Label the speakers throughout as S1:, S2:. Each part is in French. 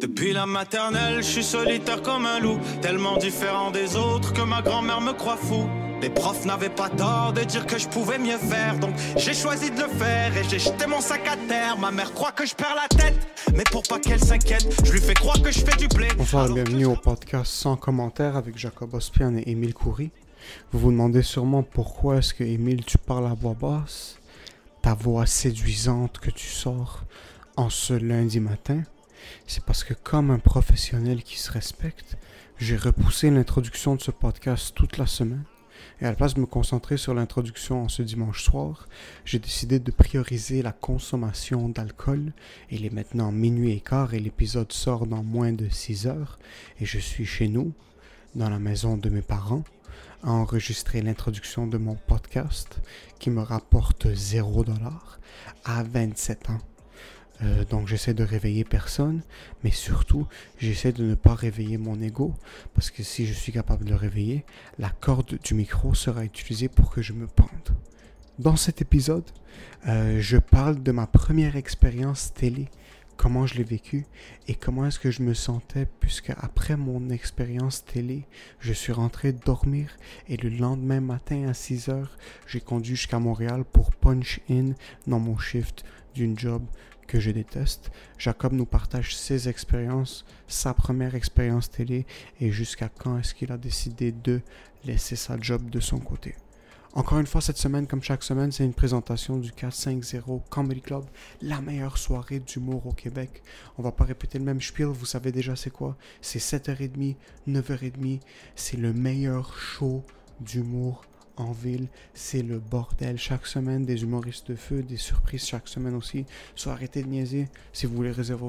S1: Depuis la maternelle, je suis solitaire comme un loup, tellement différent des autres que ma grand-mère me croit fou. Les profs n'avaient pas tort de dire que je pouvais mieux faire, donc j'ai choisi de le faire et j'ai jeté mon sac à terre. Ma mère croit que je perds la tête, mais pour pas qu'elle s'inquiète, je lui fais croire que je fais du blé.
S2: Bonsoir et bienvenue au podcast Sans commentaire avec Jacob Ospian et Émile Coury. Vous vous demandez sûrement pourquoi est-ce que Émile tu parles à voix basse, ta voix séduisante que tu sors en ce lundi matin. C'est parce que comme un professionnel qui se respecte, j'ai repoussé l'introduction de ce podcast toute la semaine. Et à la place de me concentrer sur l'introduction en ce dimanche soir, j'ai décidé de prioriser la consommation d'alcool. Il est maintenant minuit et quart et l'épisode sort dans moins de 6 heures. Et je suis chez nous, dans la maison de mes parents, à enregistrer l'introduction de mon podcast qui me rapporte $0 à 27 ans. Donc j'essaie de réveiller personne, mais surtout j'essaie de ne pas réveiller mon ego, parce que si je suis capable de le réveiller, la corde du micro sera utilisée pour que je me pende. Dans cet épisode, je parle de ma première expérience télé, comment je l'ai vécue et comment est-ce que je me sentais, puisque après mon expérience télé, je suis rentré dormir et le lendemain matin à 6 heures, j'ai conduit jusqu'à Montréal pour punch in dans mon shift d'une job que je déteste. Jacob nous partage ses expériences, sa première expérience télé et jusqu'à quand est-ce qu'il a décidé de laisser sa job de son côté. Encore une fois, cette semaine, comme chaque semaine, c'est une présentation du 450 Comedy Club, la meilleure soirée d'humour au Québec. On va pas répéter le même spiel, vous savez déjà c'est quoi. C'est 7h30, 9h30, c'est le meilleur show d'humour en ville, c'est le bordel chaque semaine, des humoristes de feu, des surprises chaque semaine aussi. So arrêtez de niaiser si vous voulez réserver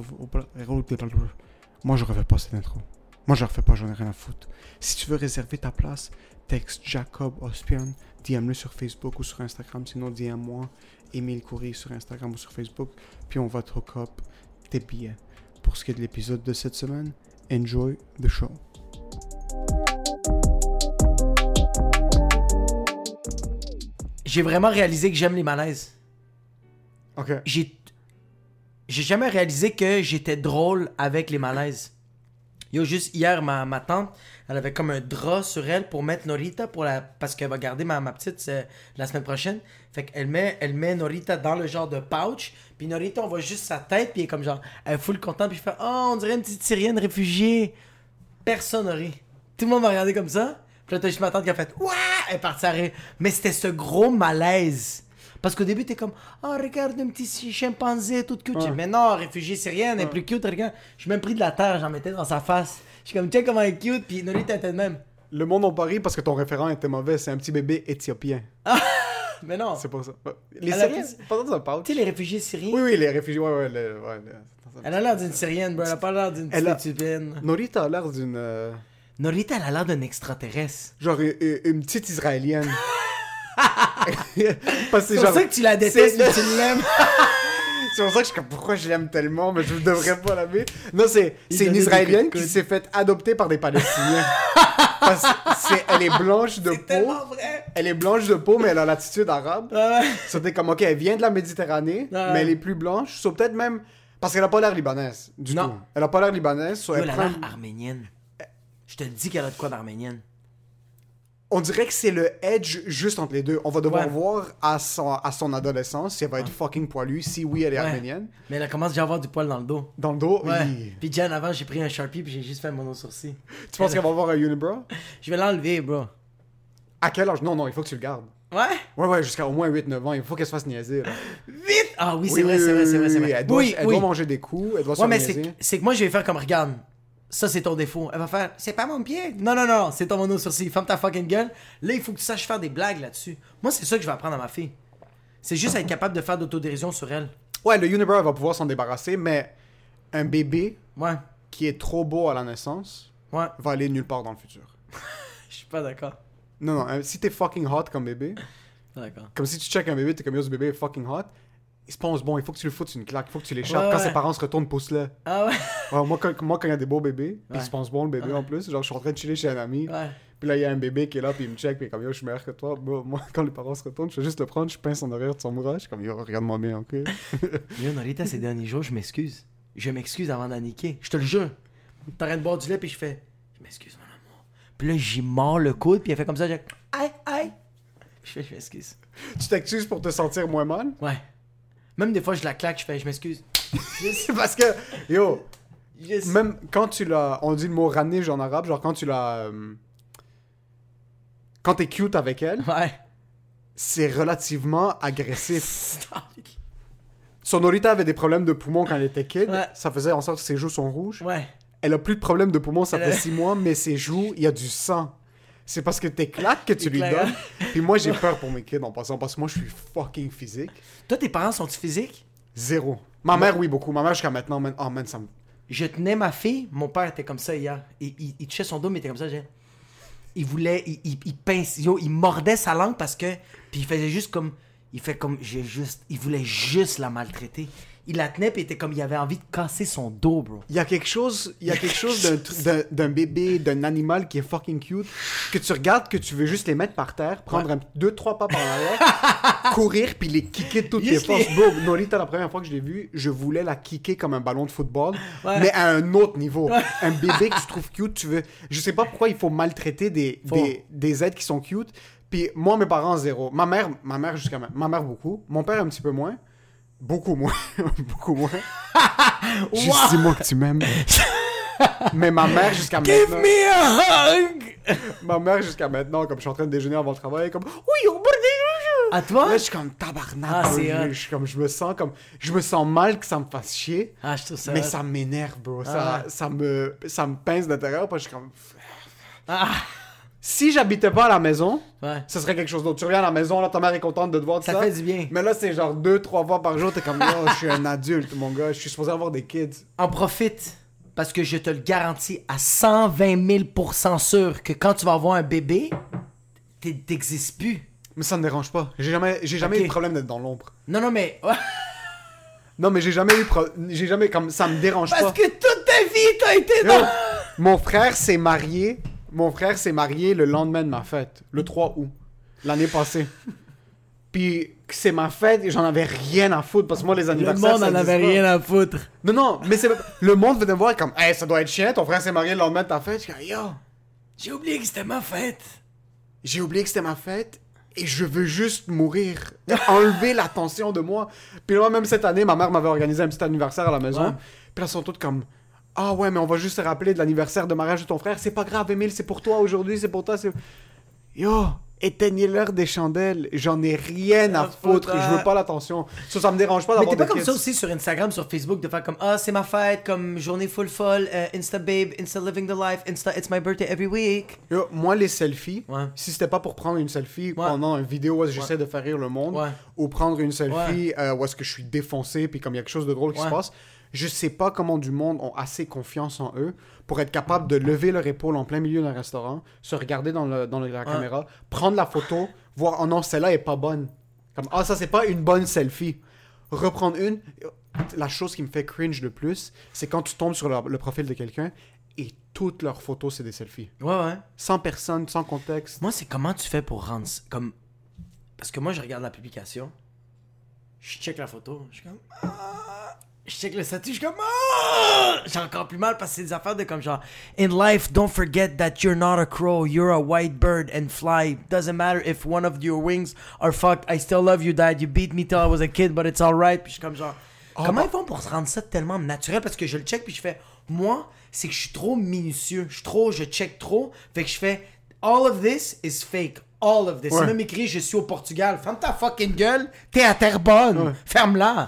S2: Moi je refais pas cette intro. Moi je refais pas, j'en ai rien à foutre. Si tu veux réserver ta place, texte Jacob Ospian, DM-le sur Facebook ou sur Instagram, sinon DM-moi, Émile Coury sur Instagram ou sur Facebook, puis on va te hook up tes billets. Pour ce qui est de l'épisode de cette semaine, enjoy the show.
S3: J'ai vraiment réalisé que j'aime les malaises.
S2: Ok.
S3: J'ai jamais réalisé que j'étais drôle avec les malaises. Yo, juste hier, ma tante, elle avait comme un drap sur elle pour mettre Norita parce qu'elle va garder ma petite la semaine prochaine. Fait qu'elle met Norita dans le genre de pouch. Puis Norita, on voit juste sa tête. Puis elle est comme genre, elle est full contente. Puis je fais, oh, on dirait une petite Syrienne réfugiée. Personne n'a ri. Tout le monde m'a regardé comme ça. Puis là, t'as juste ma tante qui a fait « Ouah! » Elle est partie à rire. Mais c'était ce gros malaise. Parce qu'au début, t'es comme « Oh, regarde un petit chimpanzé tout cute. Ouais. » Mais non, réfugiée syrienne, elle est plus cute. Regarde. Je suis même pris de la terre, j'en mettais dans sa face. Je suis comme « Tiens comment elle est cute. » Puis Norita était de même.
S2: Le monde en Paris parce que ton référent était mauvais. C'est un petit bébé éthiopien.
S3: Ah! Mais non.
S2: C'est pas ça. Les Syriens, pas dans un pouch.
S3: Tu sais, les réfugiés syriens.
S2: Oui, les réfugiés. Ouais.
S3: Elle a l'air d'une Syrienne, bro. Elle a pas l'air d'une petite éthiopienne.
S2: Norita a l'air d'une...
S3: Norita, elle a l'air d'un extraterrestre.
S2: Genre une petite Israélienne.
S3: C'est pour ça que tu la détestes, mais tu l'aimes.
S2: C'est pour ça que je suis comme, pourquoi je l'aime tellement, mais je ne devrais pas l'aimer. Non, c'est une Israélienne qui s'est faite adopter par des Palestiniens. Parce elle est blanche de peau.
S3: Vrai.
S2: Elle est blanche de peau, mais elle a l'attitude arabe. C'était comme, ok, elle vient de la Méditerranée, mais elle est plus blanche. Soit peut-être même... Parce qu'elle a pas l'air libanaise, du tout. Elle a pas l'air libanaise.
S3: Elle a l'air arménienne. Je te dis qu'elle a de quoi d'arménienne.
S2: On dirait que c'est le edge juste entre les deux. On va devoir voir à son adolescence si elle va être fucking poilue. Si oui, elle est arménienne.
S3: Mais elle commence déjà à avoir du poil dans le dos.
S2: Dans le dos?
S3: Ouais.
S2: Oui.
S3: Puis Jen, avant, j'ai pris un Sharpie puis j'ai juste fait un mono-sourcil.
S2: Tu penses qu'elle va avoir un unibrow?
S3: Je vais l'enlever, bro.
S2: À quel âge? Non, il faut que tu le gardes.
S3: Ouais?
S2: Ouais, jusqu'à au moins 8-9 ans. Il faut qu'elle se fasse niaiser. Là.
S3: 8? Ah oui, c'est vrai.
S2: Elle doit manger des coups, elle doit se niaiser.
S3: Mais c'est que moi, je vais faire comme, regarde, ça c'est ton défaut. Elle va faire, c'est pas mon pied. Non, c'est ton mono-sourcil. Ferme ta fucking gueule. Là, il faut que tu saches faire des blagues là-dessus. Moi, c'est ça que je vais apprendre à ma fille. C'est juste être capable de faire d'autodérision sur elle. Ouais,
S2: le unibrow, elle va pouvoir s'en débarrasser, mais un bébé qui est trop beau à la naissance va aller nulle part dans le futur.
S3: Je suis pas d'accord.
S2: Non, si t'es fucking hot comme bébé,
S3: d'accord.
S2: Comme si tu check un bébé, t'es comme yo, ce bébé est fucking hot, il se pense bon, il faut que tu le foutes une claque, il faut que tu l'échappes. Quand ses parents se retournent, pousse-le.
S3: Ah ouais?
S2: Moi, quand il y a des beaux bébés, puis il se pense bon le bébé en plus, genre je suis en train de chiller chez un ami, puis là il y a un bébé qui est là, puis il me check, puis comme yo, je suis meilleur que toi. Moi, quand les parents se retournent, je fais juste le prendre, je pince en arrière de son bras, je suis comme yo, regarde-moi bien, ok?
S3: Yo, Norita, ces derniers jours, je m'excuse. Je m'excuse avant d'en niquer. Je te le jure. T'es en train de boire du lait, puis je fais, je m'excuse, mon amour. Puis là, j'y mords le coude, puis elle fait comme ça, j'ai, aïe. Je fais, je m'excuse.
S2: Tu t'excuses pour te sentir moins mal?
S3: Ouais. Même des fois, je la claque, je fais, je m'excuse.
S2: C'est parce que, yo,
S3: Juste...
S2: même quand tu l'as... On dit le mot ranige en arabe, genre quand tu l'as... quand t'es cute avec elle,
S3: Ouais.
S2: c'est relativement agressif. Sonorita avait des problèmes de poumons quand elle était kid.
S3: Ouais.
S2: Ça faisait en sorte que ses joues sont rouges.
S3: Ouais.
S2: Elle a plus de problèmes de poumons, ça
S3: Elle
S2: fait
S3: a-
S2: 6 mois, mais ses joues, il y a du sang. C'est parce que t'es claques que tu lui
S3: claques.
S2: donnes. Puis moi, j'ai peur pour mes kids en passant, parce que moi, je suis fucking physique.
S3: Toi, tes parents sont-ils physiques?
S2: Zéro. Ma mère, oui, beaucoup. Ma mère, jusqu'à maintenant, oh man, ça me...
S3: Je tenais ma fille, mon père était comme ça hier. Il touchait son dos, mais il était comme ça. Il voulait, il pince, il mordait sa langue parce que, puis il faisait juste comme, il voulait juste la maltraiter. Il la tenait, puis il était comme, il avait envie de casser son dos, bro.
S2: Il y a quelque chose d'un bébé, d'un animal qui est fucking cute, que tu regardes, que tu veux juste les mettre par terre, prendre 2-3 pas par l'arrière, courir, puis les kicker de toutes tes
S3: Juste
S2: forces. Bro, Nolita, la première fois que je l'ai vue, je voulais la kicker comme un ballon de football,
S3: Ouais.
S2: mais à un autre niveau. Un bébé que tu trouves cute, tu veux... Je sais pas pourquoi il faut maltraiter des êtres qui sont cute. Puis moi, mes parents, zéro. Ma mère jusqu'à maintenant. Ma mère, beaucoup. Mon père, un petit peu moins. Beaucoup moins. Beaucoup moins. Juste dis-moi que tu m'aimes. Mais ma mère, jusqu'à
S3: Give
S2: maintenant...
S3: me a hug!
S2: Ma mère, jusqu'à maintenant, comme je suis en train de déjeuner avant le travail, elle est comme... Oui, on peut
S3: À toi?
S2: Là, je suis comme tabarnak.
S3: Ah,
S2: bro.
S3: c'est hot.
S2: Je me sens mal que ça me fasse chier.
S3: Ah, je trouve ça.
S2: Mais
S3: hot.
S2: ça m'énerve, bro.
S3: Ah.
S2: Ça me pince d'intérieur. Parce que je suis comme...
S3: Ah,
S2: Si j'habitais pas à la maison,
S3: ouais.
S2: ce serait quelque chose d'autre. Tu reviens à la maison, là, ta mère est contente de te voir, tout
S3: Ça
S2: ça.
S3: fait du bien.
S2: Mais là, c'est genre 2-3 fois par jour, t'es comme, oh, je suis un adulte, mon gars, je suis supposé avoir des kids.
S3: En profite. Parce que je te le garantis à 120 000% sûr que quand tu vas avoir un bébé, t'existes plus.
S2: Mais ça me dérange pas. J'ai jamais
S3: Ok.
S2: eu de problème d'être dans l'ombre.
S3: Non, mais...
S2: Non, mais j'ai jamais comme, ça me dérange
S3: Parce
S2: pas.
S3: que toute ta vie, t'as été
S2: Yo,
S3: dans...
S2: mon frère s'est marié le lendemain de ma fête, le 3 août, l'année passée. Puis c'est ma fête et j'en avais rien à foutre parce que moi les
S3: Le
S2: anniversaires
S3: monde
S2: ça
S3: en avait
S2: existe pas.
S3: rien à foutre.
S2: Non, mais c'est le monde venait me voir comme hey, ça doit être chiant, ton frère s'est marié le lendemain de ta fête. Je suis comme yo,
S3: J'ai oublié que c'était ma fête.
S2: j'ai oublié que c'était ma fête et je veux juste mourir, enlever l'attention de moi. Puis là même cette année, ma mère m'avait organisé un petit anniversaire à la maison.
S3: Ouais.
S2: Puis là ils sont tous comme ah ouais, mais on va juste se rappeler de l'anniversaire de mariage de ton frère. C'est pas grave, Émile, c'est pour toi aujourd'hui, c'est pour toi. Yo, éteignez-leur des chandelles. J'en ai rien à foutre. Je veux pas l'attention. Ça me dérange pas
S3: Mais
S2: d'avoir
S3: t'es pas
S2: des
S3: comme
S2: kids.
S3: ça aussi sur Instagram, sur Facebook, de faire comme ah c'est ma fête, comme journée full folle, Insta babe, Insta living the life, Insta it's my birthday every week.
S2: Yo, moi, les selfies,
S3: Ouais.
S2: si c'était pas pour prendre une selfie pendant une vidéo où j'essaie de faire rire le monde,
S3: Ouais.
S2: ou prendre une selfie où est-ce que je suis défoncé, puis comme il y a quelque chose de drôle qui se passe, je sais pas comment du monde ont assez confiance en eux pour être capable de lever leur épaule en plein milieu d'un restaurant, se regarder dans la caméra, prendre la photo, voir oh non, celle-là est pas bonne. Comme ah, ça c'est pas une bonne selfie. Reprendre une. La chose qui me fait cringe le plus, c'est quand tu tombes sur le profil de quelqu'un et toutes leurs photos c'est des selfies.
S3: Ouais.
S2: Sans personne, sans contexte.
S3: Moi, c'est comment tu fais pour rendre comme parce que moi je regarde la publication, je check la photo, je suis comme je check le statut, je suis comme j'ai encore plus mal parce que c'est des affaires de comme genre in life don't forget that you're not a crow, you're a white bird and fly. Doesn't matter if one of your wings are fucked, I still love you dad, you beat me till I was a kid but it's alright. Puis je suis comme genre comment ils font pour se rendre ça tellement naturel parce que je le check puis je fais moi c'est que je suis trop minutieux, je check trop, fait que je fais all of this is fake. All of this.
S2: Ouais.
S3: C'est même écrit je suis au Portugal. Ferme ta fucking gueule. T'es à Terrebonne.
S2: Ouais.
S3: Ferme-la.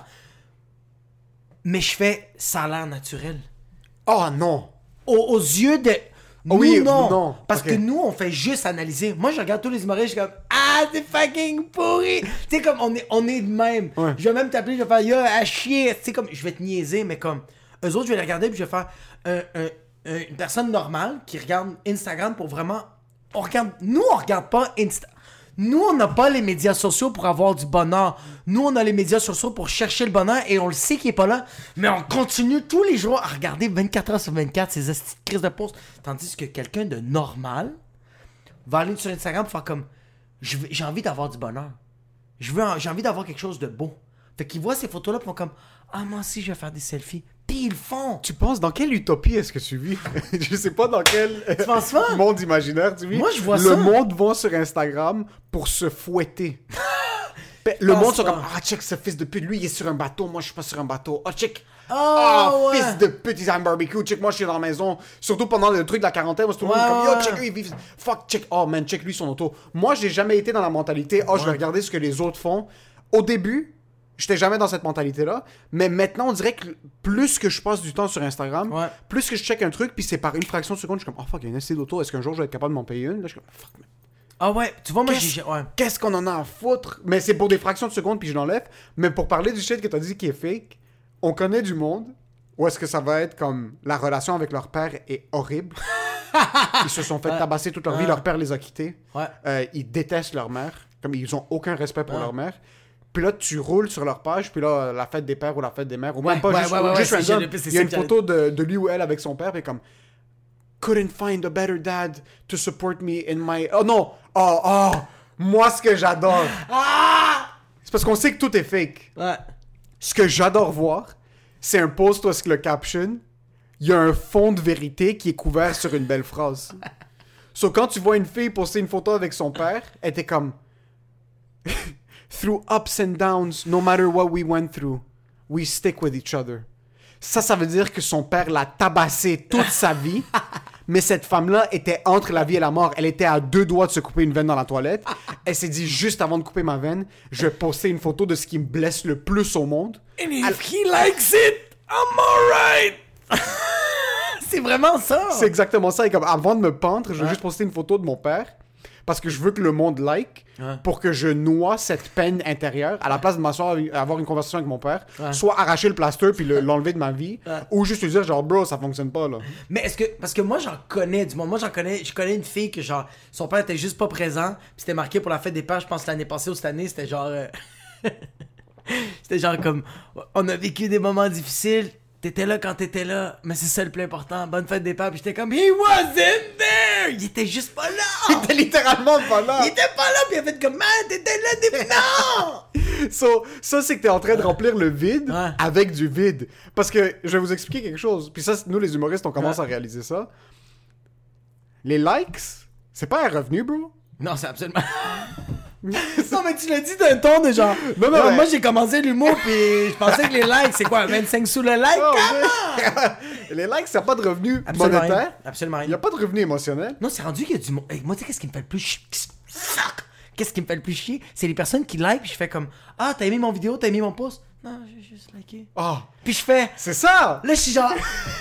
S3: Mais je fais ça a l'air naturel.
S2: Oh non!
S3: Aux yeux de. Nous,
S2: oui,
S3: non.
S2: non.
S3: Parce
S2: Ok.
S3: que nous, on fait juste analyser. Moi, je regarde tous les humoristes, je suis comme ah, c'est fucking pourri. Tu sais, comme on est de même.
S2: Ouais.
S3: Je vais même t'appeler, je vais faire yo, à chier. Tu sais, comme je vais te niaiser, mais comme eux autres, je vais les regarder, puis je vais faire une personne normale qui regarde Instagram pour vraiment. On regarde pas Insta. Nous, on n'a pas les médias sociaux pour avoir du bonheur. Nous, on a les médias sociaux pour chercher le bonheur et on le sait qu'il est pas là. Mais on continue tous les jours à regarder 24 heures sur 24 ces petites crises de posts. Tandis que quelqu'un de normal va aller sur Instagram pour faire comme j'ai envie d'avoir du bonheur. J'ai envie d'avoir quelque chose de beau. Fait qu'ils voient ces photos-là et font comme ah, moi aussi, je vais faire des selfies. Puis ils le font.
S2: Tu penses dans quelle utopie est-ce que tu vis? Je sais pas dans quel
S3: Tu penses pas?
S2: monde imaginaire tu vis.
S3: Moi, je vois
S2: le
S3: ça.
S2: monde va sur Instagram pour se fouetter. Le
S3: pense
S2: monde sont
S3: pas.
S2: comme ah check ce fils de pute, lui il est sur un bateau, moi je suis pas sur un bateau. Oh check.
S3: Oh, ouais.
S2: Fils de pute, ils ont un barbecue. Check, moi je suis dans la maison. Surtout pendant le truc de la quarantaine, moi c'est tout le monde
S3: Ouais,
S2: comme yo
S3: ouais.
S2: check eux ils vivent. Fuck check. Oh man check lui son auto. Moi j'ai jamais été dans la mentalité je vais regarder ce que les autres font. Au début, j'étais jamais dans cette mentalité-là, mais maintenant on dirait que plus que je passe du temps sur Instagram,
S3: Ouais.
S2: plus que je check un truc, puis c'est par une fraction de seconde, je suis comme, oh fuck, il y a une ST d'auto, est-ce qu'un jour je vais être capable de m'en payer une? Là, je suis comme, fuck, man.
S3: Ah ouais, tu vois, moi,
S2: Qu'est-ce
S3: ouais.
S2: qu'est-ce qu'on en a à foutre? Mais c'est pour des fractions de secondes, puis je l'enlève. Mais pour parler du shit que t'as dit qui est fake, on connaît du monde où est-ce que ça va être comme la relation avec leur père est horrible. Ils se sont fait tabasser toute leur vie, leur père les a quittés.
S3: Ouais.
S2: Ils détestent leur mère, comme ils ont aucun respect pour leur mère. Puis là, tu roules sur leur page, puis là, la fête des pères ou la fête des mères, ou même pas juste
S3: c'est
S2: random.
S3: c'est
S2: Il y a
S3: ça
S2: une
S3: que
S2: photo de lui ou elle avec son père, puis comme couldn't find a better dad to support me in my... Oh non! Oh! Moi, ce que j'adore! C'est parce qu'on sait que tout est fake.
S3: Ouais.
S2: Ce que j'adore voir, c'est un post où est-ce que le caption, il y a un fond de vérité qui est couvert sur une belle phrase. So, quand tu vois une fille poster une photo avec son père, elle était comme... Through ups and downs, no matter what we went through, we stick with each other. Ça veut dire que son père l'a tabassé toute sa vie, mais cette femme-là était entre la vie et la mort. Elle était à 2 doigts de se couper une veine dans la toilette. Elle s'est dit, juste avant de couper ma veine, je vais poster une photo de ce qui me blesse le plus au monde.
S3: And if he likes it, I'm alright! C'est vraiment ça!
S2: C'est exactement ça. Et comme, avant de me pendre, je vais juste poster une photo de mon père, parce que je veux que le monde like, pour que je noie cette peine intérieure, à la place de m'asseoir et avoir une conversation avec mon père, soit arracher le plaster puis l'enlever de ma vie, ou juste lui dire genre bro ça fonctionne pas là.
S3: Mais est-ce que... Parce que moi, j'en connais du monde. Moi, je connais une fille que genre, son père était juste pas présent, puis c'était marqué pour la fête des pères, je pense l'année passée ou cette année, c'était genre... c'était genre comme, on a vécu des moments difficiles, t'étais là quand t'étais là, mais c'est ça le plus important, bonne fête des pères, puis j'étais comme, he wasn't there! Il était juste pas là!
S2: Il était littéralement pas là.
S3: Il était pas là, puis il a fait comme, man, t'étais là depuis... Non!
S2: So, ça, c'est que t'es en train de remplir le vide
S3: Ouais.
S2: avec du vide. Parce que je vais vous expliquer quelque chose. Puis ça, nous, les humoristes, on commence à réaliser ça. Les likes, c'est pas un revenu, bro.
S3: Non, c'est absolument... Non, mais tu l'as dit d'un ton de genre...
S2: Non,
S3: Yo,
S2: mais-
S3: moi, j'ai commencé l'humour, puis je pensais que les likes, c'est quoi, 25 sous le like?
S2: Oh,
S3: Come
S2: mais- les likes, ça n'a pas de revenu
S3: Absolument
S2: monétaire.
S3: rien. Absolument
S2: Il
S3: rien.
S2: n'y a pas de revenu émotionnel.
S3: Non, c'est rendu qu'il y a du monde. Hey, moi, tu sais, qu'est-ce qui me fait le plus chier? Fuck! Qu'est-ce qui me fait le plus chier? C'est les personnes qui like, puis je fais comme, ah, t'as aimé mon vidéo, t'as aimé mon post? Non, j'ai juste liké.
S2: Ah,
S3: Puis je fais,
S2: c'est ça!
S3: là, je suis genre,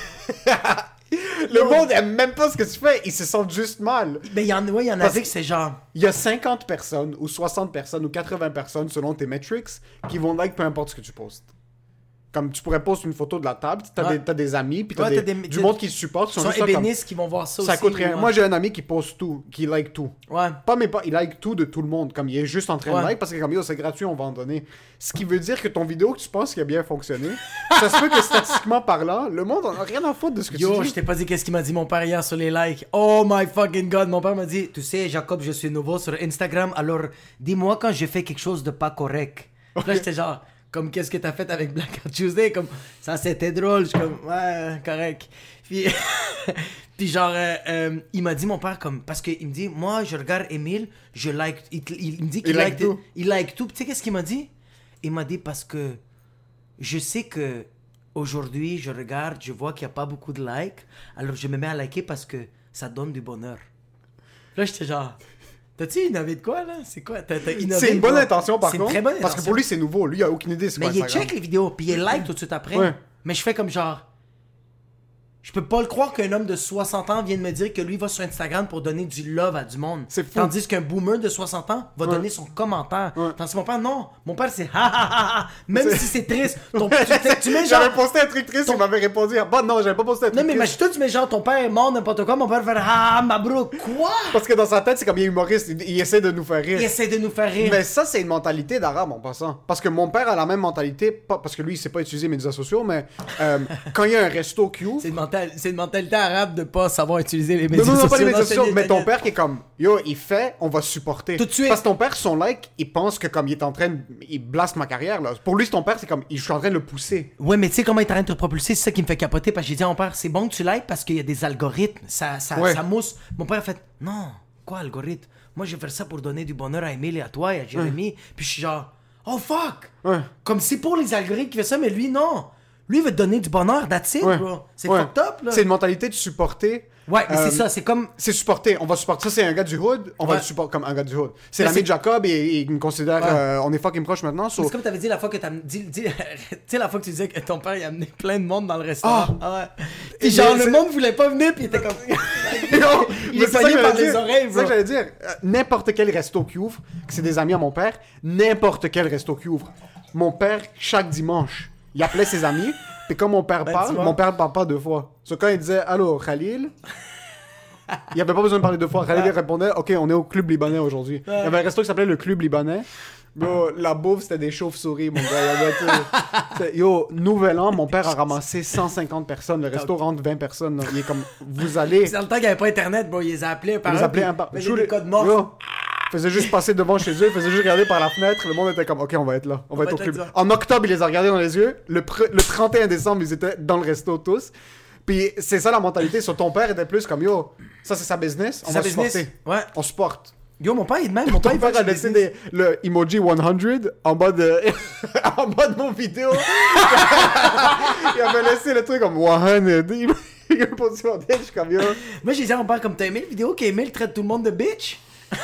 S2: Le monde aime même pas ce que tu fais. Ils se sentent juste mal.
S3: mais il y en
S2: Parce
S3: avait que c'est genre,
S2: Il y a 50 personnes, ou 60 personnes, ou 80 personnes, selon tes metrics, qui vont like peu importe ce que tu postes. Comme tu pourrais poster une photo de la table, t'as
S3: Ouais.
S2: t'as des amis, puis t'as
S3: Ouais,
S2: du monde qui se supporte.
S3: ils sont
S2: juste là comme,
S3: ébénistes qui vont voir ça aussi.
S2: ça coûte rien.
S3: ouais.
S2: Moi, j'ai un ami qui poste tout, qui like tout.
S3: Ouais.
S2: Il like tout de tout le monde. Comme il est juste en train de
S3: Ouais.
S2: like parce que comme yo, c'est gratuit, on va en donner. Ce qui veut dire que ton vidéo que tu penses qui a bien fonctionné, ça se peut que statistiquement parlant, le monde en a rien à foutre de ce que
S3: Yo,
S2: tu
S3: je
S2: dis.
S3: t'ai pas dit qu'est-ce qu'il m'a dit mon père hier sur les likes. Oh my fucking god, mon père m'a dit, tu sais, Jacob, je suis nouveau sur Instagram, alors dis-moi quand je fais quelque chose de pas correct. Là, j'étais genre, comme qu'est-ce que t'as fait avec Black Out Tuesday, comme ça c'était drôle, je suis comme, ouais, correct. Puis, puis genre, il m'a dit mon père comme, parce qu'il me dit, moi je regarde Emile, je like, il me dit qu'il
S2: Il like tout.
S3: il like tout. Puis tu sais qu'est-ce qu'il m'a dit? Il m'a dit parce que je sais que aujourd'hui, je regarde, je vois qu'il n'y a pas beaucoup de likes, alors je me mets à liker parce que ça donne du bonheur. Là, j'étais genre, t'as-tu innové de quoi, là? C'est quoi? T'as innové
S2: C'est une bonne
S3: quoi?
S2: intention par
S3: C'est
S2: contre.
S3: une très bonne
S2: Parce que
S3: intention.
S2: pour lui, c'est nouveau. Lui, il a aucune idée c'est
S3: Mais
S2: quoi
S3: il
S2: Instagram.
S3: check les vidéos, puis il like tout de suite après.
S2: Ouais.
S3: Mais je fais comme genre... Je peux pas le croire qu'un homme de 60 ans vienne me dire que lui va sur Instagram pour donner du love à du monde.
S2: C'est fou.
S3: Tandis qu'un boomer de 60 ans va donner son commentaire.
S2: Ouais.
S3: Tandis que mon père, non. Mon père, c'est ha ha ha ha. Même
S2: C'est-
S3: si c'est triste. Tu mets genre...
S2: J'avais posté un truc triste, il m'avait répondu. Bah non, j'avais pas posté un truc
S3: Non, mais
S2: triste.
S3: imagine-toi, tu mets genre ton père est mort, n'importe quoi. Mon père va faire ah, ma bro, quoi?
S2: Parce que dans sa tête, c'est comme il est humoriste. Il essaie de nous faire rire.
S3: Il essaie de nous faire rire.
S2: Mais ça, c'est une mentalité d'arabe en passant. Parce que mon père a la même mentalité, pas parce que lui, il sait pas utiliser les médias sociaux, mais quand il y a un resto Q,
S3: C'est une c'est une mentalité arabe de pas savoir utiliser les médias sociaux.
S2: Non, pas les médias sociaux, mais ton père qui est comme, yo, il fait, on va supporter.
S3: Tout de suite.
S2: Parce que ton père, son like, il pense que comme il est en train il blaste ma carrière, là. Pour lui, ton père, c'est comme, je suis en train de le pousser.
S3: Ouais, mais tu sais comment il est en train de te propulser, c'est ça qui me fait capoter, parce que j'ai dit à mon père, c'est bon que tu likes parce qu'il y a des algorithmes, ça mousse. Mon père a fait, non, quoi algorithme? Moi, je vais faire ça pour donner du bonheur à Emile et à toi et à Jérémy. Puis je suis genre, oh fuck! Comme c'est pour les algorithmes qui fait ça, mais lui, non. Lui, il veut te donner du bonheur, that's it, bro. C'est fucked up, là.
S2: C'est une mentalité de supporter.
S3: Ouais, mais c'est ça, c'est comme...
S2: C'est supporter, on va supporter. Ça, c'est un gars du hood, on va le supporter comme un gars du hood. C'est l'ami de Jacob et il me considère... on est fucking proche maintenant.
S3: C'est comme t'avais dit la fois que tu sais, la fois que tu disais que ton père, il a amené plein de monde dans le restaurant. Ah ouais. Puis genre, le monde voulait pas venir, puis il était comme... il est pogné par les oreilles, bro.
S2: C'est ça que j'allais dire. N'importe quel resto qui ouvre, que c'est des amis à mon père, n'importe quel resto qui ouvre. Mon père, chaque dimanche, il appelait ses amis... Puis quand mon père parle, mon père parle pas 2 fois. So, quand il disait « Allô, Khalil », il avait pas besoin de parler 2 fois. Khalil répondait « Ok, on est au Club Libanais aujourd'hui. » Il y avait un resto qui s'appelait le Club Libanais. Bro, la bouffe, c'était des chauves-souris, mon gars. Yo, Nouvel An, mon père a ramassé 150 personnes. Le resto rentre 20 personnes. Là. Il est comme, vous allez...
S3: C'est dans le temps qu'il n'y avait pas Internet, bro. Ils les appelaient par
S2: Ils des codes morts. Faisait juste passer devant chez eux, faisait juste regarder par la fenêtre. Le monde était comme, ok, on va être là. On va être au club. En octobre, il les a regardés dans les yeux. Le 31 décembre, ils étaient dans le resto tous. Puis c'est ça la mentalité. Sur ton père était plus comme, yo, ça c'est sa business. On va supporter.
S3: Ouais.
S2: On supporte.
S3: Yo, mon père, il est de même. Mon
S2: père a laissé le emoji 100 en bas de, en bas de mon vidéo. Il avait laissé le truc comme 100. Il a pas supporté. Je suis comme, yo.
S3: Moi, j'ai dit à mon père, comme t'as aimé la vidéo qu'Emile traite tout le monde de bitch?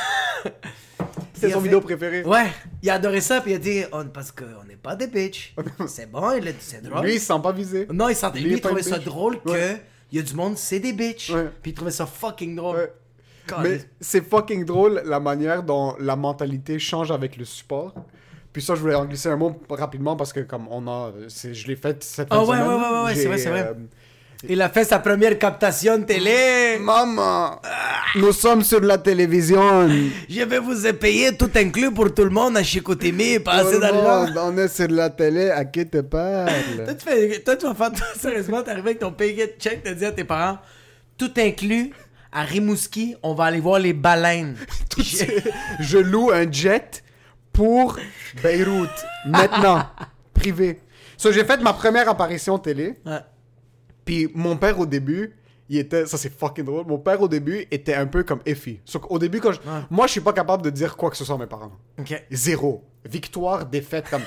S2: C'était son vidéo préférée.
S3: Ouais, il a adoré ça, puis il a dit parce qu'on n'est pas des bitches. C'est bon, c'est drôle.
S2: Lui, il se sent pas visé.
S3: Non, il trouvait ça drôle que il y a du monde, c'est des bitches. Puis il trouvait ça fucking drôle.
S2: Mais c'est fucking drôle la manière dont la mentalité change avec le support. Puis ça, je voulais en glisser un mot rapidement parce que comme je l'ai fait cette fin de semaine.
S3: Ouais, c'est vrai. Il a fait sa première captation télé.
S2: Maman, nous sommes sur la télévision.
S3: Je vais vous payer tout inclus pour tout le monde à Chicoutimi. Passer dans le
S2: on est sur la télé, à qui te parle?
S3: Toi, tu vas faire sérieusement, t'arrives avec ton paquet de check, t'as dit à tes parents, tout inclus, à Rimouski, on va aller voir les baleines.
S2: Je loue un jet pour Beyrouth, maintenant, privé. So, j'ai fait ma première apparition télé.
S3: Ouais.
S2: Puis mon père au début, ça c'est fucking drôle, mon père au début était un peu comme Effie. Au début, moi je suis pas capable de dire quoi que ce soit à mes parents.
S3: Okay.
S2: 0. Victoire, défaite, comme...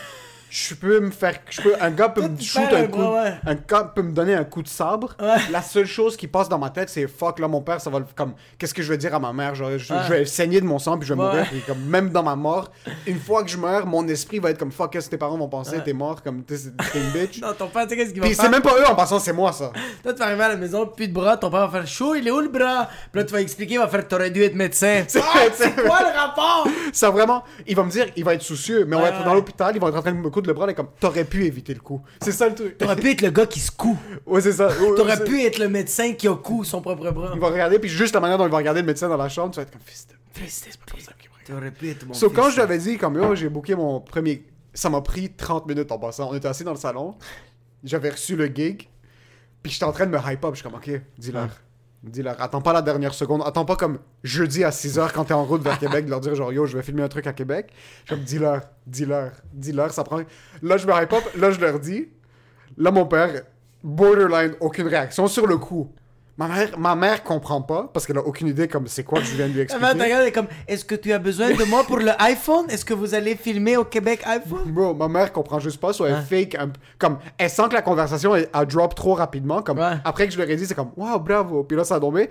S2: un gars peut me shoot un coup, un gars peut me donner un coup de sabre.
S3: Ouais.
S2: La seule chose qui passe dans ma tête, c'est fuck là mon père, ça va comme qu'est-ce que je vais dire à ma mère, genre je vais saigner de mon sang puis je vais mourir. Puis, comme même dans ma mort, une fois que je meurs, mon esprit va être comme fuck, qu'est-ce que tes parents vont penser, t'es mort comme t'es une bitch.
S3: Non, ton père, tu sais qu'est-ce qu'il va faire?
S2: Puis c'est même pas eux en passant, c'est moi ça.
S3: Toi tu vas arriver à la maison, plus de bras, ton père va faire chaud, il est où le bras? Puis là tu vas expliquer, il va faire t'aurais dû être médecin. C'est quoi le rapport?
S2: Ça vraiment, il va me dire, il va être soucieux, mais on va être dans l'hôpital, il va être en train de me coudre le bras, et comme t'aurais pu éviter le coup. C'est ça le truc.
S3: T'aurais pu être le gars qui se coud.
S2: Ouais, c'est ça.
S3: T'aurais pu être le médecin qui a coup son propre bras.
S2: Il va regarder, puis juste la manière dont il va regarder le médecin dans la chambre, tu vas être comme fils de pute.
S3: T'aurais pu être mon
S2: fils. Quand je lui avais dit, comme j'ai booké mon premier. Ça m'a pris 30 minutes en passant. On était assis dans le salon, j'avais reçu le gig, puis j'étais en train de me hype up. Je suis comme, ok, dis-leur. Dis-leur, attends pas la dernière seconde, attends pas comme jeudi à 6h quand t'es en route vers Québec, de leur dire genre yo, je vais filmer un truc à Québec. Je suis comme, dis-leur, ça prend. Là, je me hype up, là, je leur dis. Là, mon père, borderline, aucune réaction sur le coup. Ma mère comprend pas parce qu'elle a aucune idée comme c'est quoi que je viens de lui expliquer.
S3: Ta gueule est comme, est-ce que tu as besoin de moi pour le iPhone? Est-ce que vous allez filmer au Québec iPhone?
S2: Bro, ma mère comprend juste pas, soit elle fake, comme elle sent que la conversation elle drop trop rapidement, comme après que je leur ai dit, c'est comme wow, bravo, puis là ça a tombé.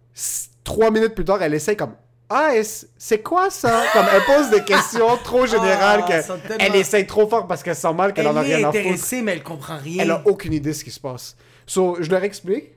S2: 3 minutes plus tard, elle essaie comme c'est quoi ça? Comme elle pose des questions trop générales qu'elle essaie trop fort parce qu'elle sent mal qu'elle en a rien à foutre.
S3: Elle est intéressée, mais elle comprend rien.
S2: Elle a aucune idée de ce qui se passe. So, je leur explique.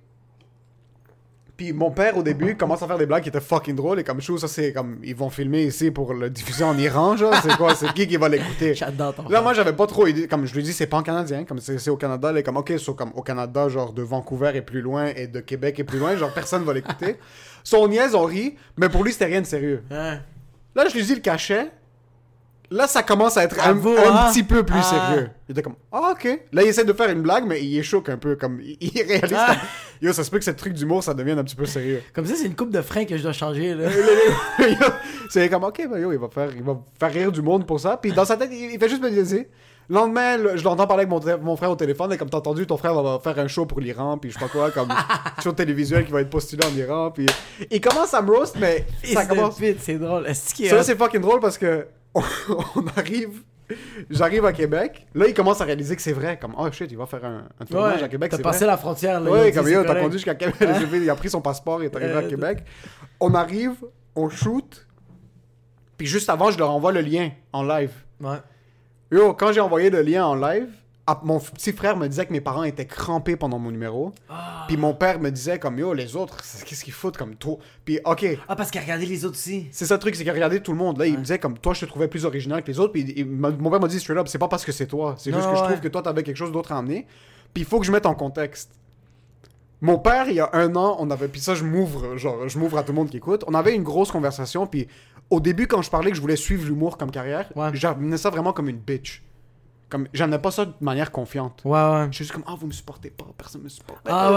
S2: Puis mon père au début commence à faire des blagues qui étaient fucking drôles et comme je trouve ça c'est comme ils vont filmer ici pour le diffuser en Iran genre c'est quoi c'est qui va l'écouter.
S3: J'adore ton
S2: là moi j'avais pas trop idée comme je lui dis c'est pas en canadien comme c'est au Canada là comme ok so, comme au Canada genre de Vancouver est plus loin et de Québec est plus loin genre personne va l'écouter. Son niaise on rit mais pour lui c'était rien de sérieux. Là je lui dis le cachet. Là, ça commence à être un petit peu plus sérieux. Il était comme, ok. Là, il essaie de faire une blague, mais il est choqué un peu. Comme, il réalise comme, Yo, ça se peut que ce truc d'humour, ça devienne un petit peu sérieux.
S3: Comme ça, c'est une coupe de frein que je dois changer, là.
S2: C'est comme, ok, ben yo, il va faire rire du monde pour ça. Puis dans sa tête, il fait juste me niaiser. Le lendemain, je l'entends parler avec mon frère au téléphone, et comme t'as entendu, ton frère va faire un show pour l'Iran, puis je sais pas quoi, comme show télévisuel qui va être postulé en Iran, puis il commence à me roast, mais ça commence...
S3: C'est drôle. Est-ce
S2: Ça, c'est fucking drôle parce que j'arrive à Québec, là, il commence à réaliser que c'est vrai, comme, oh shit, il va faire un tournage à Québec,
S3: t'as
S2: c'est
S3: passé
S2: vrai.
S3: la frontière, là.
S2: Ouais, comme yo, t'as conduit jusqu'à Québec, il a pris son passeport, il est arrivé à Québec. On arrive, on shoot, puis juste avant, je leur envoie le lien en live.
S3: Ouais.
S2: Yo, quand j'ai envoyé le lien en live, mon petit frère me disait que mes parents étaient crampés pendant mon numéro. Puis mon père me disait comme, yo, les autres, qu'est-ce qu'ils foutent comme toi? Puis ok.
S3: Ah, parce qu'il a regardé les autres aussi.
S2: C'est ça le truc, c'est qu'il a regardé tout le monde. Là, il me disait comme, toi, je te trouvais plus original que les autres. Puis mon père m'a dit straight up, c'est pas parce que c'est toi. C'est juste que je trouve que toi, t'avais quelque chose d'autre à emmener. Puis il faut que je mette en contexte. Mon père, il y a 1 an, on avait... Puis ça, je m'ouvre à tout le monde qui écoute. On avait une grosse conversation, puis au début, quand je parlais que je voulais suivre l'humour comme carrière, j'amenais ça vraiment comme une bitch. Comme, j'amenais pas ça de manière confiante.
S3: Ouais.
S2: Je suis juste comme, vous me supportez pas, personne me supporte.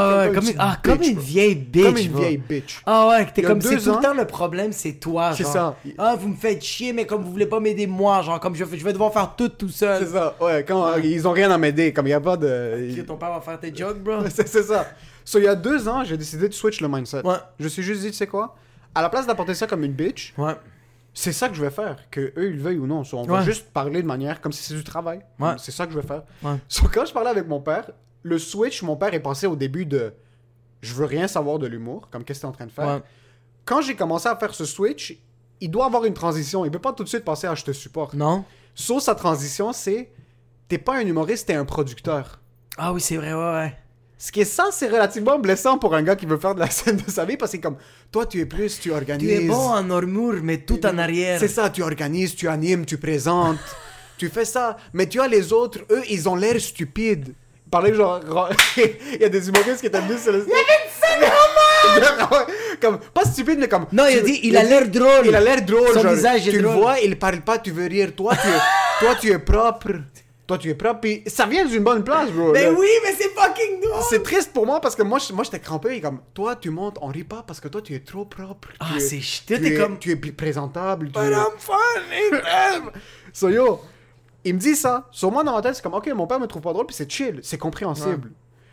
S3: Comme une vieille bitch.
S2: Comme une vieille bitch.
S3: Ah ouais, t'es comme, c'est tout
S2: ans,
S3: le temps le problème, c'est toi, genre.
S2: C'est ça.
S3: Vous me faites chier, mais comme vous voulez pas m'aider moi, genre, comme je vais devoir faire tout seul.
S2: C'est ça, ouais, quand ils ont rien à m'aider, comme il y a pas de...
S3: Ton père va faire tes jokes, bro.
S2: c'est ça. So, il y a 2 ans, j'ai décidé de switch le mindset.
S3: Ouais.
S2: Je me suis juste dit, tu sais quoi? À la place d'apporter ça comme une bitch, c'est ça que je vais faire, que eux ils veuillent ou non. So, on va juste parler de manière comme si c'est du travail. C'est ça que je vais faire. So, quand je parlais avec mon père, le switch, mon père est passé au début de je veux rien savoir de l'humour, comme qu'est-ce que t'es en train de faire. Quand j'ai commencé à faire ce switch, il doit avoir une transition. Il peut pas tout de suite passer à je te supporte.
S3: Non.
S2: So, sa transition, c'est t'es pas un humoriste, t'es un producteur.
S3: Ah oui, c'est vrai, ouais.
S2: Ce qui est ça, c'est relativement blessant pour un gars qui veut faire de la scène de sa vie, parce que c'est comme, toi, tu es plus, tu organises...
S3: Tu es bon en humour, mais tout en arrière.
S2: C'est ça, tu organises, tu animes, tu présentes, tu fais ça. Mais tu as les autres, eux, ils ont l'air stupides. Parlait genre... il y a des humoristes qui étaient venus sur le... Il y avait une scène vraiment... Comme, pas stupide, mais comme...
S3: Non, il a l'air drôle.
S2: Il a l'air drôle,
S3: son
S2: genre,
S3: visage est
S2: tu
S3: drôle.
S2: le vois, il parle pas, tu veux rire. Toi, tu es propre. Toi, tu es propre, puis ça vient d'une bonne place, bro.
S3: Mais oui, mais c'est fucking drôle.
S2: C'est triste pour moi parce que moi j'étais crampé et comme toi tu montes, on rit pas parce que toi tu es trop propre.
S3: C'est ch'ti, t'es comme
S2: tu es présentable.
S3: But I'm funny.
S2: So yo, il me dit ça. Sur moi dans ma tête c'est comme ok, mon père me trouve pas drôle puis c'est chill, c'est compréhensible.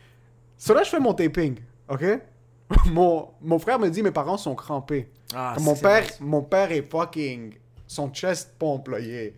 S2: So là je fais mon taping, ok. Mon frère me dit mes parents sont crampés. Mon père est fucking son chest pas employé.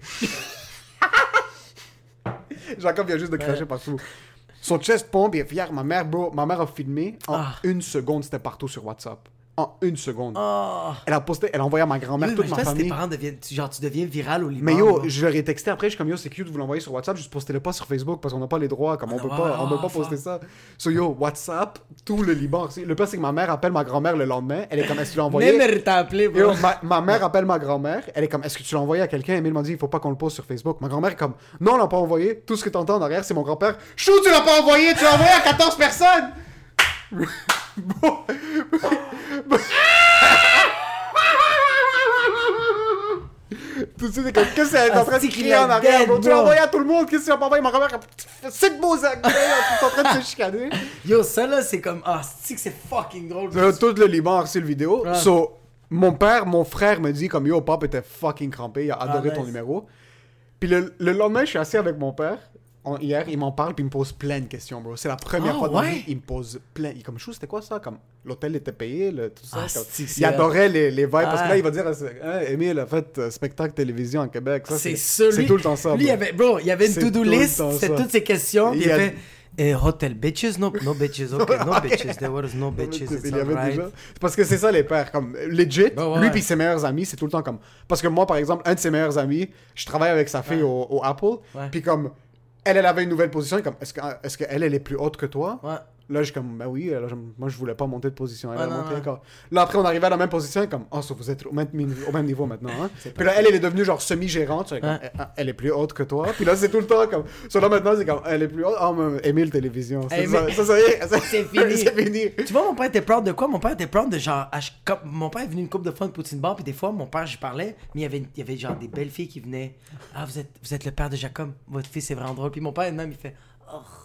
S2: Jacob vient juste de cracher partout. Son chest pompe, il est fier. Ma mère a filmé. En 1 seconde, c'était partout sur WhatsApp. En 1 seconde. Elle a envoyé à ma grand-mère, toute ma famille.
S3: Tes parents deviennent, genre, tu deviens viral au Liban.
S2: Mais yo, je leur ai texté après, je suis comme yo, c'est cute, vous l'envoyez sur WhatsApp, juste postez-le pas sur Facebook parce qu'on n'a pas les droits, comme on peut pas poster ça. So yo, WhatsApp, tout le Liban. Le pire, c'est que ma mère appelle ma grand-mère le lendemain, elle est comme, est-ce que tu l'as envoyé?
S3: Même t'a appelé, bro.
S2: Yo, ma mère appelle ma grand-mère, elle est comme, est-ce que tu l'as envoyé à quelqu'un? Emile m'a dit, il faut pas qu'on le poste sur Facebook. Ma grand-mère est comme, non, on l'a pas envoyé. Tout ce que t'entends en arrière, c'est mon grand-père. Chou, tu l'as pas envoyé, tu l'as envoyé à 14 personnes! Tout de suite, c'est comme, qu'est-ce qu'elle est en train de crier en arrière? Tu l'as envoyé à tout le monde, qu'est-ce que tu l'as pas envoyé? Ma grand-mère, c'est beau, ça! Ils sont en train de se chicaner.
S3: Yo, ça là, c'est comme, c'est fucking drôle.
S2: Tout le Liban a reçu le vidéo. So, mon frère me dit comme, yo, pap était fucking crampé, il a adoré ton numéro. Puis le lendemain, je suis assis avec mon père. Hier, il m'en parle puis il me pose plein de questions, bro. C'est la première fois de ma vie, il me pose plein. Comme chou, c'était quoi ça? Comme l'hôtel était payé, tout ça. Il adorait les vibes parce que là, il va dire, Emile a fait spectacle télévision en Québec. Ça, c'est tout le temps ça.
S3: Lui, il y avait une to-do list, c'était toutes ces questions. Puis il y avait hotel bitches, no bitches, ok, no bitches, there was no bitches, it's alright.
S2: Parce que c'est ça les pères, comme legit, lui puis ses meilleurs amis, c'est tout le temps comme. Parce que moi, par exemple, un de ses meilleurs amis, je travaille avec sa fille au Apple, puis comme. Elle avait une nouvelle position. Comme, est-ce qu'elle est plus haute que toi?
S3: Ouais.
S2: Là, je suis comme, ben oui, moi, je voulais pas monter de position. Elle a monté encore. Là, après, on arrivait à la même position. Comme, vous êtes au même niveau maintenant. Hein? Puis là, elle est devenue genre semi-gérante. Elle est plus haute que toi. Puis là, c'est tout le temps comme. Là, maintenant, c'est comme, elle est plus haute. Emile Télévision. C'est fini. C'est fini.
S3: Tu vois, mon père était proud de quoi? Mon père était proud de genre. Mon père est venu une couple de fois de Poutine Bar. Puis des fois, mon père, j'y parlais. Mais il y avait genre des belles filles qui venaient. Vous êtes le père de Jacob. Votre fils, c'est vraiment drôle. Puis mon père, même, il fait.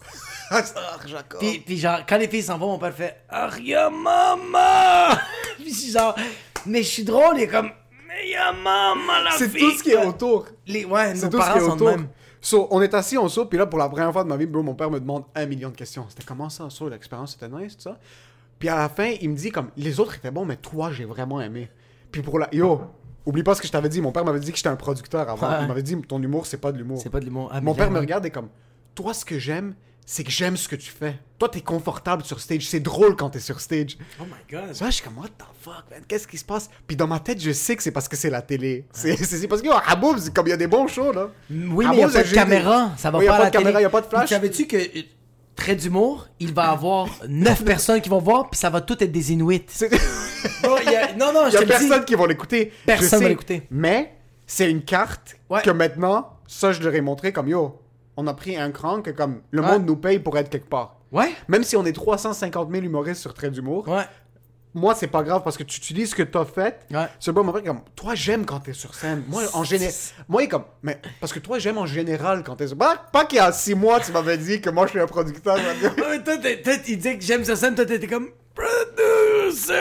S2: Jacob.
S3: Puis genre, quand les filles s'en vont, mon père fait Aria maman! Puis je suis genre, mais je suis drôle, il est comme, mais y'a maman la
S2: C'est
S3: fille!
S2: tout ce qui est autour.
S3: Ouais,
S2: C'est
S3: nos
S2: tout ce
S3: parents
S2: qui est
S3: sont de
S2: autour.
S3: même.
S2: So, on est assis en saut, puis là, pour la première fois de ma vie, bro, mon père me demande 1 million de questions. C'était comment ça, en saut? L'expérience, c'était nice, tout ça. Puis à la fin, il me dit comme, les autres étaient bons, mais toi, j'ai vraiment aimé. Puis pour la... Yo, oublie pas ce que je t'avais dit. Mon père m'avait dit que j'étais un producteur avant.
S3: Ouais.
S2: Il m'avait dit, ton humour, c'est pas de l'humour.
S3: C'est pas de l'humour. Ah,
S2: Mon
S3: mais
S2: père
S3: là,
S2: me regarde et comme, toi, ce que j'aime, c'est que j'aime ce que tu fais. Toi, t'es confortable sur stage. C'est drôle quand t'es sur stage.
S3: Oh my god.
S2: Ça, je suis comme, what the fuck, man? Qu'est-ce qui se passe? Puis dans ma tête, je sais que c'est parce que c'est la télé. C'est parce que, yo, Haboub, c'est comme il y a des bons shows, là.
S3: Oui, mais il n'y a pas de caméra. Ça va
S2: Oui, y a
S3: pas à
S2: pas
S3: la
S2: de caméra,
S3: télé.
S2: y a pas de flash.
S3: Puis savais-tu que Trait d'humour, il va avoir 9 personnes qui vont voir, puis ça va tout être des Inuits. Bro, non,
S2: Il
S3: je
S2: y a
S3: te le dis.
S2: personne qui va l'écouter.
S3: Personne
S2: Je sais,
S3: va l'écouter.
S2: Mais c'est une carte
S3: Ouais.
S2: que maintenant, ça, je leur ai montré comme, yo, on a pris un cran que comme, le
S3: Ouais.
S2: monde nous paye pour être quelque part.
S3: Ouais.
S2: Même si on est 350 000 humoristes sur Trait d'humour,
S3: Ouais.
S2: moi, c'est pas grave parce que tu utilises ce que t'as fait.
S3: Ouais.
S2: C'est bon, mon père, comme, toi, j'aime quand t'es sur scène. Moi, en général. Moi, il est comme, mais, parce que toi, j'aime en général quand t'es sur pas qu'il y a 6 mois, tu m'avais dit que moi, je suis un producteur.
S3: Ouais, toi, il dit que j'aime sa scène, toi, t'étais comme producer.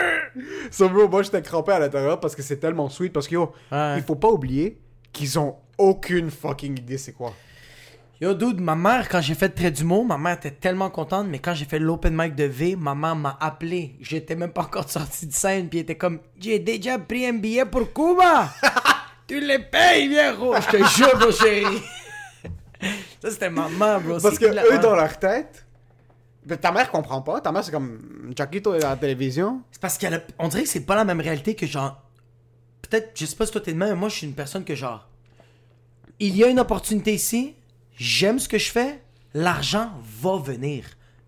S2: So, bro, moi, j'étais crampé à l'intérieur parce que c'est tellement sweet. Parce que, yo,
S3: Ouais.
S2: il faut pas oublier qu'ils ont aucune fucking idée c'est quoi.
S3: Yo, dude, ma mère, quand j'ai fait Trait d'humour, ma mère était tellement contente, mais quand j'ai fait l'open mic de V, ma mère m'a appelé. J'étais même pas encore sorti de scène, puis elle était comme, j'ai déjà pris un billet pour Cuba. Tu les payes, viejo. Je te jure, mon chéri. Ça, c'était ma mère, bro.
S2: Parce
S3: C'est
S2: que
S3: qui, la-
S2: eux, dans leur tête, ben, ta mère comprend pas. Ta mère, c'est comme, Jackito est à la télévision.
S3: C'est parce on dirait que c'est pas la même réalité que genre. Peut-être, je sais pas si toi t'es de même, mais moi je suis une personne que genre. Il y a une opportunité ici, j'aime ce que je fais, l'argent va venir.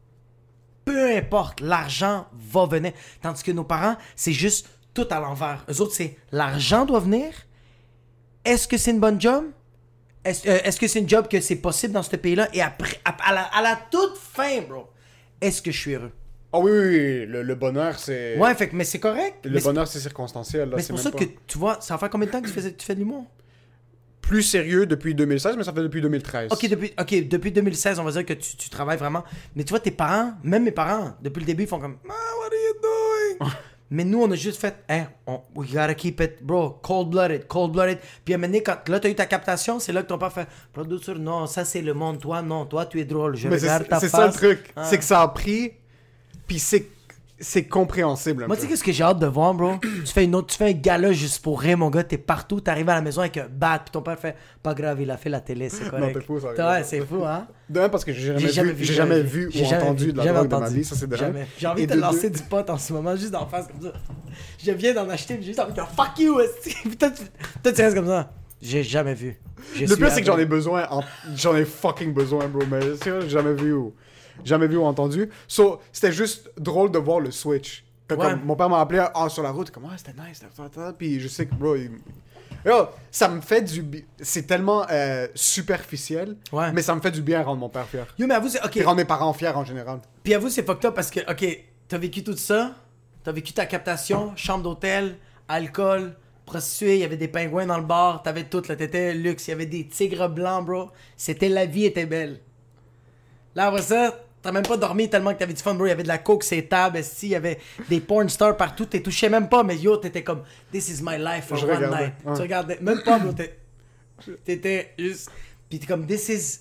S3: Peu importe, l'argent va venir. Tandis que nos parents, c'est juste tout à l'envers. Eux autres, c'est l'argent doit venir. Est-ce que c'est une bonne job? Est-ce que c'est une job que c'est possible dans ce pays-là? Et après, à la toute fin, bro, est-ce que je suis heureux?
S2: Ah oui, oui, oui, le bonheur, c'est...
S3: Ouais, fait que, mais c'est correct.
S2: Le
S3: Mais
S2: bonheur, c'est circonstanciel. Là,
S3: mais c'est pour ça
S2: même
S3: que,
S2: pas-
S3: tu vois, ça fait combien de temps que tu fais de l'humour?
S2: Plus sérieux depuis 2016, mais ça fait depuis 2013.
S3: Ok, depuis 2016, on va dire que tu travailles vraiment. Mais tu vois, tes parents, même mes parents, depuis le début, ils font comme what are you doing? Mais nous, on a juste fait, we gotta keep it, bro, cold-blooded. Puis à un moment donné, quand là, t'as eu ta captation, c'est là que ton père fait, producer, non, ça c'est le monde, toi, non, toi, tu es drôle, je
S2: Mais
S3: regarde ta
S2: c'est
S3: face.
S2: ça le truc.
S3: Ah.
S2: C'est que ça a pris, puis c'est compréhensible. un
S3: Moi, tu
S2: peu.
S3: sais, qu'est-ce que j'ai hâte de voir, bro? tu fais un gala juste pour rire, mon gars, t'es partout, t'arrives à la maison avec un bat, puis ton père fait, pas grave, il a fait la télé, c'est correct.
S2: t'es fou, ça.
S3: Ouais, c'est fou, hein?
S2: De même parce que j'ai jamais vu ou entendu de la drogue de ma vie, ça c'est de un.
S3: Jamais. J'ai envie
S2: Et
S3: de te
S2: de
S3: lancer
S2: deux-
S3: du pot en ce moment, juste d'en face comme ça. Je viens d'en acheter, mais j'ai juste envie de dire fuck you, esti. Puis toi, tu restes comme ça. J'ai jamais vu.
S2: Le pire, c'est que j'en ai besoin, j'en ai fucking besoin, bro, mais c'est vrai, j'ai jamais vu ou entendu. So, c'était juste drôle de voir le switch. Que
S3: Ouais.
S2: comme mon père m'a appelé sur la route, comme, c'était nice, puis je sais que, bro, yo, ça me fait du bien. C'est tellement superficiel,
S3: Ouais.
S2: mais ça me fait du bien rendre mon père fier.
S3: Yo, mais avoue, c'est. Ok.
S2: Et rendre mes parents fiers en général.
S3: Puis avoue, c'est fucked up parce que, ok, t'as vécu tout ça. T'as vécu ta captation, chambre d'hôtel, alcool, prostituée, il y avait des pingouins dans le bar, t'avais tout, là, t'étais luxe, il y avait des tigres blancs, bro. C'était la vie était belle. Là, après ça, t'as même pas dormi tellement que t'avais du fun, bro. Il y avait de la coke, ces tables, esti, il y avait des porn stars partout, t'es touché même pas, mais yo, t'étais comme, this is my life for
S2: Je
S3: one
S2: regardais,
S3: night.
S2: ouais.
S3: Tu regardais, même pas, bro, t'étais juste. Puis t'es comme, this is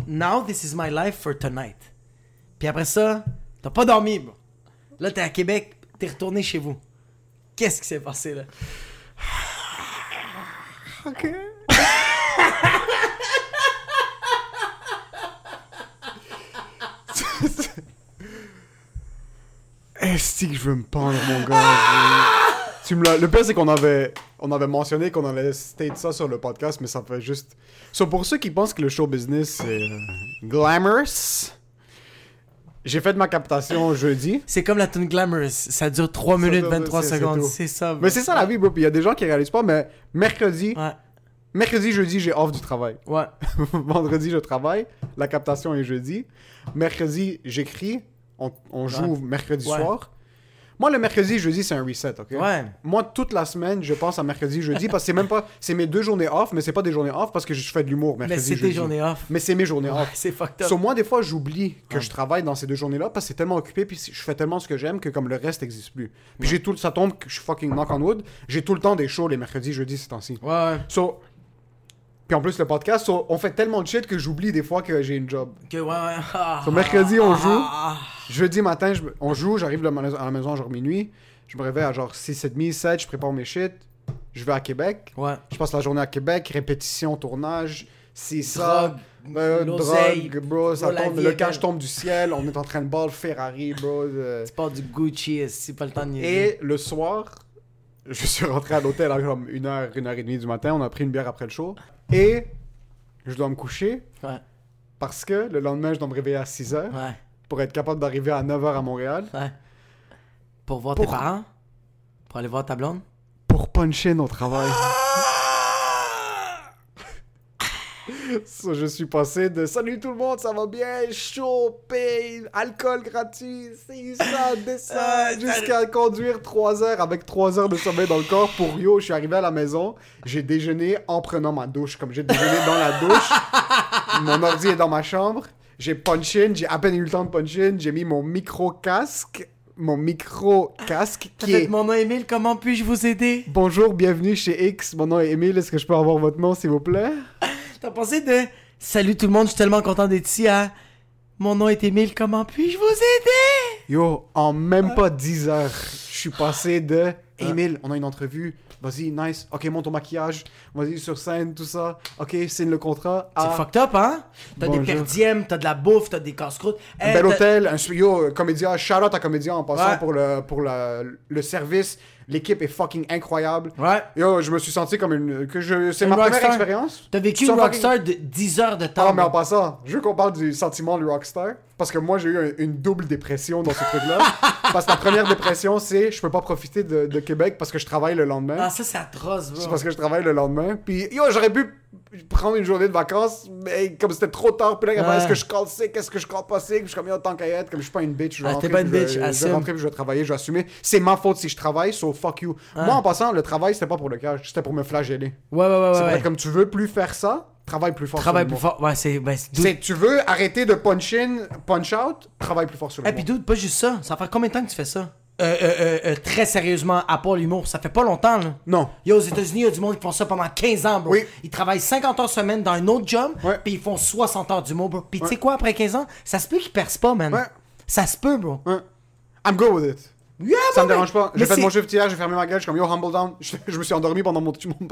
S3: my life for tonight. Puis après ça, t'as pas dormi, bro. Là, t'es à Québec, t'es retourné chez vous. Qu'est-ce qui s'est passé, là?
S2: Ok. Est-ce que je veux me pendre, mon gars? Le pire, c'est qu'on avait mentionné qu'on allait state ça sur le podcast, mais ça fait juste... So, pour ceux qui pensent que le show business, c'est glamorous, j'ai fait ma captation jeudi.
S3: C'est comme la tune Glamorous. Ça dure 3 minutes, 23
S2: c'est
S3: secondes.
S2: tout.
S3: C'est ça, bro.
S2: Mais c'est ça la vie, bro. Puis il y a des gens qui réalisent pas, mais mercredi,
S3: Ouais.
S2: jeudi, j'ai off du travail.
S3: Ouais.
S2: Vendredi, je travaille. La captation est jeudi. Mercredi, j'écris. On joue mercredi
S3: Ouais.
S2: soir. Moi, le mercredi et jeudi, c'est un reset, ok?
S3: Ouais.
S2: Moi, toute la semaine, je pense à mercredi et jeudi parce que c'est même pas... C'est mes 2 journées off, mais c'est pas des journées off parce que je fais de l'humour
S3: Mais
S2: mercredi
S3: c'est
S2: et jeudi.
S3: tes journées off.
S2: Mais c'est mes journées
S3: Ouais,
S2: off.
S3: c'est fucked up.
S2: So, moi, des fois, j'oublie que je travaille dans ces 2 journées-là parce que c'est tellement occupé puis je fais tellement ce que j'aime que comme le reste n'existe plus. Puis j'ai tout... Ça tombe que je suis fucking knock on wood. J'ai tout le temps des shows les mercredis, jeudis, ces temps-ci.
S3: Ouais.
S2: So... Puis en plus, le podcast, so, on fait tellement de shit que j'oublie des fois que j'ai une job.
S3: Que ouais.
S2: So, mercredi, on joue.
S3: Ah.
S2: Jeudi matin, on joue, j'arrive à la maison genre minuit. Je me réveille à genre 6h30, 7, je prépare mes shit. Je vais à Québec.
S3: Ouais.
S2: Je passe la journée à Québec, répétition, tournage. C'est
S3: Drogue,
S2: ça.
S3: l'oseille,
S2: Drogue, bro. Ça
S3: bro, la
S2: tombe,
S3: vie
S2: le
S3: est
S2: cash
S3: belle.
S2: tombe du ciel. On est en train de ball Ferrari, bro.
S3: Tu parles du Gucci, c'est pas le temps de niaiser.
S2: Et le soir, je suis rentré à l'hôtel à comme 1h30 du matin. On a pris une bière après le show. Et je dois me coucher
S3: Ouais.
S2: parce que le lendemain, je dois me réveiller à 6h
S3: Ouais.
S2: pour être capable d'arriver à 9h à Montréal.
S3: Ouais. Pour voir
S2: Pour-
S3: tes parents? Pour aller voir ta blonde?
S2: Pour puncher nos travail. So, je suis passé de salut tout le monde, ça va bien, chaud, paye, alcool gratuit, c'est ça, descend, jusqu'à conduire 3 heures avec 3 heures de sommeil dans le corps pour yo. Je suis arrivé à la maison, j'ai déjeuné en prenant ma douche, comme j'ai déjeuné dans la douche. Mon ordi est dans ma chambre, j'ai punch-in, j'ai à peine eu le temps de punch-in, j'ai mis mon micro-casque
S3: T'as
S2: qui
S3: fait
S2: est...
S3: mon nom Émile, comment puis-je vous aider?
S2: Bonjour, bienvenue chez X, mon nom est Émile, est-ce que je peux avoir votre nom s'il vous plaît?
S3: T'as pensé de salut tout le monde, je suis tellement content d'être ici à mon nom est Émile, comment puis-je vous aider?
S2: Yo, en même pas 10 heures, je suis passé de hey, Emile, on a une entrevue, vas-y, nice, ok, monte ton maquillage, vas-y sur scène, tout ça, ok, signe le contrat.
S3: C'est fucked up, hein? T'as des
S2: Bonjour.
S3: perdièmes, t'as de la bouffe, t'as des casse-croûtes.
S2: Un bel hôtel, yo, comédien, shout out à comédien en passant
S3: Ouais.
S2: pour le service. L'équipe est fucking incroyable.
S3: Ouais.
S2: Yo, je me suis senti comme c'est
S3: Une
S2: ma première
S3: rockstar.
S2: expérience.
S3: T'as vécu
S2: Tu
S3: une
S2: sens
S3: rockstar de 10 heures de temps.
S2: Ah, mais en
S3: bro.
S2: passant, je veux qu'on parle du sentiment du rockstar. Parce que moi, j'ai eu une double dépression dans ce truc-là. Parce que la première dépression, c'est je peux pas profiter de Québec parce que je travaille le lendemain.
S3: Ah, ça c'est atroce, bro.
S2: C'est parce que je travaille le lendemain. Puis, yo, j'aurais pu prendre une journée de vacances, mais comme c'était trop tard, puis là,
S3: Ouais.
S2: est-ce que je call sick, est-ce que je call pas sick? Puis je suis comme, yo, tant qu'à y être, comme je suis pas une bitch, je vais
S3: Ah,
S2: rentrer,
S3: t'es pas
S2: puis
S3: une bitch,
S2: je vais
S3: assume.
S2: rentrer, puis je vais travailler, je vais assumer. C'est ma faute si je travaille, so fuck you. Moi, en passant, le travail, c'était pas pour le cash, c'était pour me flageller.
S3: Ouais,
S2: C'est
S3: ouais.
S2: vrai, comme tu veux plus faire ça, travaille plus fort
S3: Travaille
S2: sur
S3: plus
S2: le mot.
S3: fort. Ouais, c'est.
S2: C'est, tu veux arrêter de punch in, punch out, travaille plus fort sur le
S3: Et
S2: mot.
S3: puis, dude, pas juste ça. Ça fait combien de temps que tu fais ça? Très sérieusement, à part l'humour, ça fait pas longtemps, là.
S2: Non.
S3: Yo, aux États-Unis, il y a du monde qui font ça pendant 15 ans, bro.
S2: Oui.
S3: Ils travaillent 50 heures semaine dans un autre job,
S2: Ouais.
S3: puis ils font 60 heures d'humour, bro. Puis tu sais
S2: Ouais.
S3: quoi, après 15 ans, ça se peut qu'ils percent pas, man.
S2: Ouais.
S3: Ça se peut, bro.
S2: Ouais. I'm good with it.
S3: Yeah,
S2: Ça
S3: bro,
S2: me dérange pas.
S3: mais
S2: J'ai fait
S3: c'est-
S2: mon shift hier, j'ai fermé ma gueule, je suis comme yo, humble down. Je me suis endormi pendant mon shift.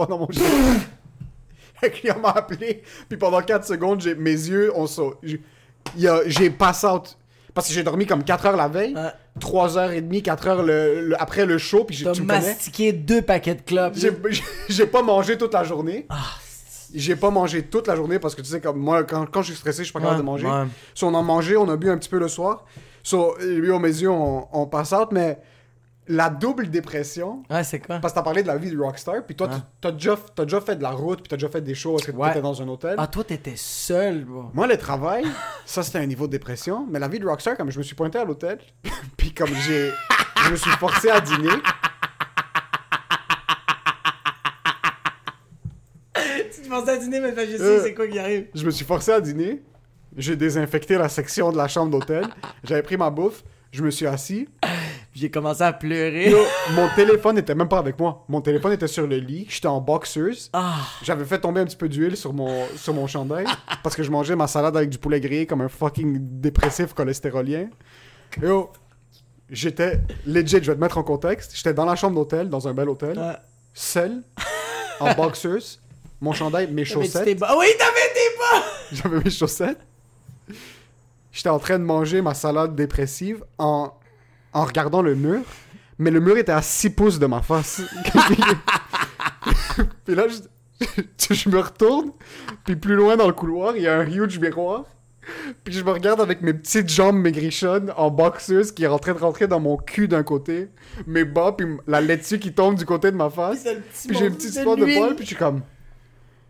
S2: Le client m'a appelé, puis pendant 4 secondes, mes yeux ont sauté. J'ai pass out. Parce que j'ai dormi comme 4 heures la veille,
S3: Ouais.
S2: 3h30, 4 heures après le show, puis
S3: T'as
S2: tu me connais.
S3: mastiqué 2 paquets de clopes.
S2: J'ai pas mangé toute la journée.
S3: Ah,
S2: J'ai pas mangé toute la journée parce que tu sais, comme moi, quand je suis stressé, je suis pas capable de manger.
S3: ouais.
S2: So, on a mangé, on a bu un petit peu le soir. So, lui, mes yeux, on pass out, mais la double dépression,
S3: Ouais, c'est quoi?
S2: parce que t'as parlé de la vie du rockstar, puis toi,
S3: Ouais.
S2: t'as déjà fait de la route, puis t'as déjà fait des shows, parce que
S3: Ouais.
S2: t'étais dans un hôtel.
S3: Ah, toi, t'étais seul, bro.
S2: Moi, le travail, ça, c'était un niveau de dépression, mais la vie de rockstar, comme je me suis pointé à l'hôtel, puis comme je me suis forcé à dîner.
S3: Tu pensais à dîner, mais je
S2: sais
S3: c'est quoi qui arrive.
S2: Je me suis forcé à dîner. J'ai désinfecté la section de la chambre d'hôtel. J'avais pris ma bouffe. Je me suis assis.
S3: J'ai commencé à pleurer.
S2: Yo, mon téléphone n'était même pas avec moi. Mon téléphone était sur le lit. J'étais en boxers.
S3: Ah,
S2: J'avais fait tomber un petit peu d'huile sur mon chandail. Parce que je mangeais ma salade avec du poulet grillé comme un fucking dépressif cholestérolien. Yo, j'étais legit, je vais te mettre en contexte. J'étais dans la chambre d'hôtel, dans un bel hôtel.
S3: ouais.
S2: Seul, en boxers. Mon chandail, mes chaussettes.
S3: Ah oui, t'avais tes bas!
S2: J'avais mes chaussettes. J'étais en train de manger ma salade dépressive en regardant le mur. Mais le mur était à 6 pouces de ma face. Puis là, je me retourne. Puis plus loin dans le couloir, il y a un huge miroir. Puis je me regarde avec mes petites jambes maigrichonnes en boxeuse qui est en train de rentrer dans mon cul d'un côté. Mes bas, puis la laitue qui tombe du côté de ma face. Puis j'ai une petite spot de poil, puis je suis comme...